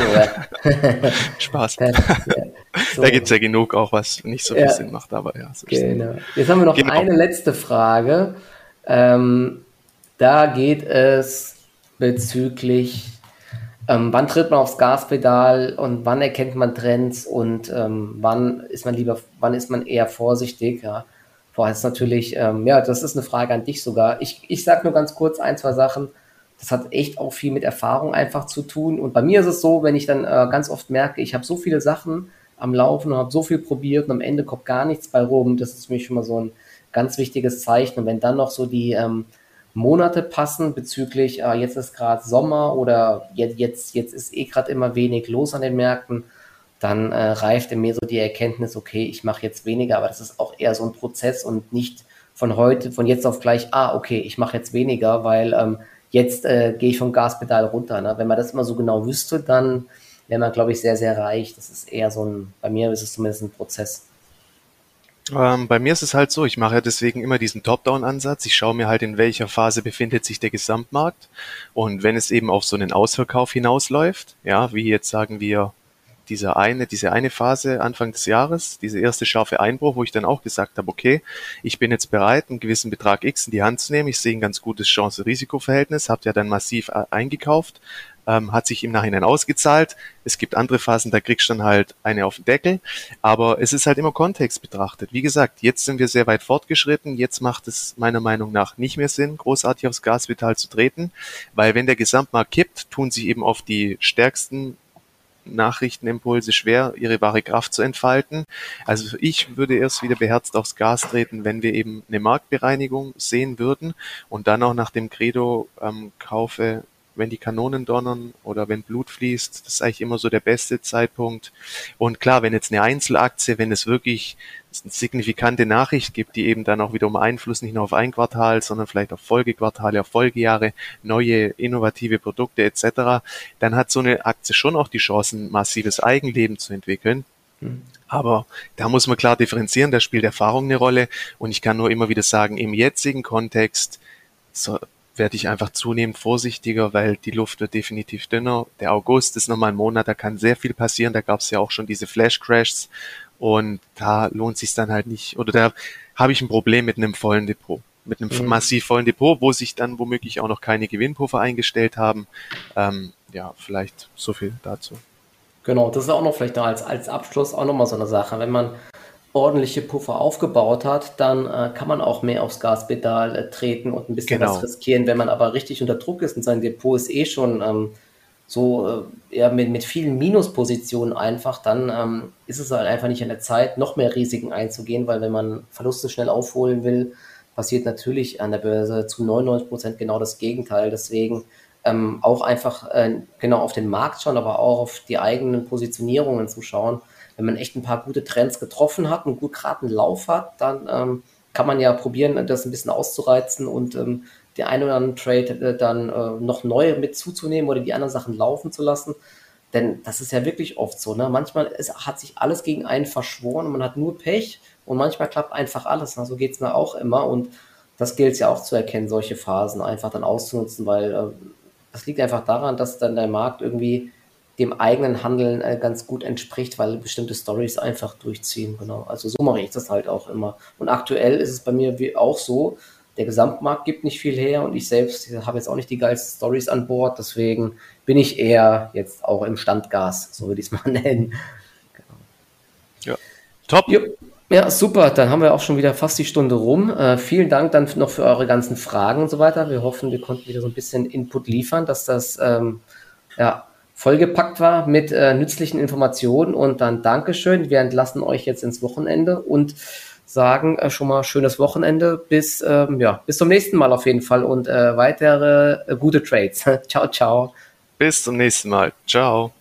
ja. Spaß. Ja, so. Da gibt es ja genug auch, was nicht so viel Ja, Sinn macht, aber ja. So genau. Jetzt haben wir noch genau. eine letzte Frage. Ähm, da geht es bezüglich, ähm, wann tritt man aufs Gaspedal und wann erkennt man Trends und ähm, wann ist man lieber, wann ist man eher vorsichtig? Ja, vorher ist natürlich, ähm, ja, das ist eine Frage an dich sogar. Ich, ich sage nur ganz kurz ein, zwei Sachen. Das hat echt auch viel mit Erfahrung einfach zu tun. Und bei mir ist es so, wenn ich dann äh, ganz oft merke, ich habe so viele Sachen am Laufen und habe so viel probiert und am Ende kommt gar nichts bei rum. Das ist für mich schon mal so ein ganz wichtiges Zeichen. Und wenn dann noch so die ähm, Monate passen bezüglich, äh, jetzt ist gerade Sommer oder jetzt, jetzt, jetzt ist eh gerade immer wenig los an den Märkten, dann äh, reift in mir so die Erkenntnis, okay, ich mache jetzt weniger, aber das ist auch eher so ein Prozess und nicht von heute, von jetzt auf gleich, ah, okay, ich mache jetzt weniger, weil ähm, jetzt äh, gehe ich vom Gaspedal runter. Ne? Wenn man das immer so genau wüsste, dann wäre man, glaube ich, sehr, sehr reich. Das ist eher so ein, bei mir ist es zumindest ein Prozess. Ähm, bei mir ist es halt so, ich mache ja deswegen immer diesen Top-Down-Ansatz. Ich schaue mir halt, in welcher Phase befindet sich der Gesamtmarkt. Und wenn es eben auf so einen Ausverkauf hinausläuft, ja, wie jetzt sagen wir, dieser eine, diese eine Phase Anfang des Jahres, diese erste scharfe Einbruch, wo ich dann auch gesagt habe, okay, ich bin jetzt bereit, einen gewissen Betrag X in die Hand zu nehmen. Ich sehe ein ganz gutes Chance-Risiko-Verhältnis, habe ja dann massiv eingekauft, ähm, hat sich im Nachhinein ausgezahlt. Es gibt andere Phasen, da kriegst du dann halt eine auf den Deckel. Aber es ist halt immer Kontext betrachtet. Wie gesagt, jetzt sind wir sehr weit fortgeschritten. Jetzt macht es meiner Meinung nach nicht mehr Sinn, großartig aufs Gaspedal zu treten, weil wenn der Gesamtmarkt kippt, tun sich eben auf die stärksten Nachrichtenimpulse schwer, ihre wahre Kraft zu entfalten. Also ich würde erst wieder beherzt aufs Gas treten, wenn wir eben eine Marktbereinigung sehen würden und dann auch nach dem Credo ähm, kaufe, wenn die Kanonen donnern oder wenn Blut fließt. Das ist eigentlich immer so der beste Zeitpunkt. Und klar, wenn jetzt eine Einzelaktie, wenn es wirklich eine signifikante Nachricht gibt, die eben dann auch wiederum Einfluss nicht nur auf ein Quartal, sondern vielleicht auf Folgequartale, auf Folgejahre, neue innovative Produkte et cetera, dann hat so eine Aktie schon auch die Chance, ein massives Eigenleben zu entwickeln. Mhm. Aber da muss man klar differenzieren, da spielt Erfahrung eine Rolle. Und ich kann nur immer wieder sagen, im jetzigen Kontext so werde ich einfach zunehmend vorsichtiger, weil die Luft wird definitiv dünner. Der August ist nochmal ein Monat, da kann sehr viel passieren. Da gab es ja auch schon diese Flash-Crashs und da lohnt sich dann halt nicht, oder da habe ich ein Problem mit einem vollen Depot, mit einem mhm. massiv vollen Depot, wo sich dann womöglich auch noch keine Gewinnpuffer eingestellt haben. Ähm, ja, vielleicht so viel dazu. Genau, das ist auch noch vielleicht noch als, als Abschluss auch nochmal so eine Sache, wenn man ordentliche Puffer aufgebaut hat, dann äh, kann man auch mehr aufs Gaspedal äh, treten und ein bisschen was Genau. riskieren. Wenn man aber richtig unter Druck ist und sein Depot ist eh schon ähm, so äh, ja, mit, mit vielen Minuspositionen einfach, dann ähm, ist es halt einfach nicht an der Zeit, noch mehr Risiken einzugehen, weil wenn man Verluste schnell aufholen will, passiert natürlich an der Börse zu neunundneunzig Prozent genau das Gegenteil. Deswegen ähm, auch einfach äh, genau auf den Markt schauen, aber auch auf die eigenen Positionierungen zu schauen. Wenn man echt ein paar gute Trends getroffen hat und gut gerade einen Lauf hat, dann ähm, kann man ja probieren, das ein bisschen auszureizen und ähm, den einen oder anderen Trade äh, dann äh, noch neu mit zuzunehmen oder die anderen Sachen laufen zu lassen. Denn das ist ja wirklich oft so. Ne? Manchmal ist, hat sich alles gegen einen verschworen und man hat nur Pech und manchmal klappt einfach alles. Ne? So geht es mir auch immer und das gilt es ja auch zu erkennen, solche Phasen einfach dann auszunutzen, weil äh, das liegt einfach daran, dass dann der Markt irgendwie dem eigenen Handeln äh, ganz gut entspricht, weil bestimmte Stories einfach durchziehen. Genau. Also so mache ich das halt auch immer. Und aktuell ist es bei mir wie auch so, der Gesamtmarkt gibt nicht viel her und ich selbst habe jetzt auch nicht die geilsten Stories an Bord, deswegen bin ich eher jetzt auch im Standgas, so würde ich es mal nennen. Ja. Top. Jo. Ja, super, dann haben wir auch schon wieder fast die Stunde rum. Äh, vielen Dank dann noch für eure ganzen Fragen und so weiter. Wir hoffen, wir konnten wieder so ein bisschen Input liefern, dass das ähm, ja, vollgepackt war mit äh, nützlichen Informationen und dann Dankeschön. Wir entlassen euch jetzt ins Wochenende und sagen äh, schon mal schönes Wochenende bis, ähm, ja, bis zum nächsten Mal auf jeden Fall und äh, weitere äh, gute Trades. Ciao, ciao. Bis zum nächsten Mal. Ciao.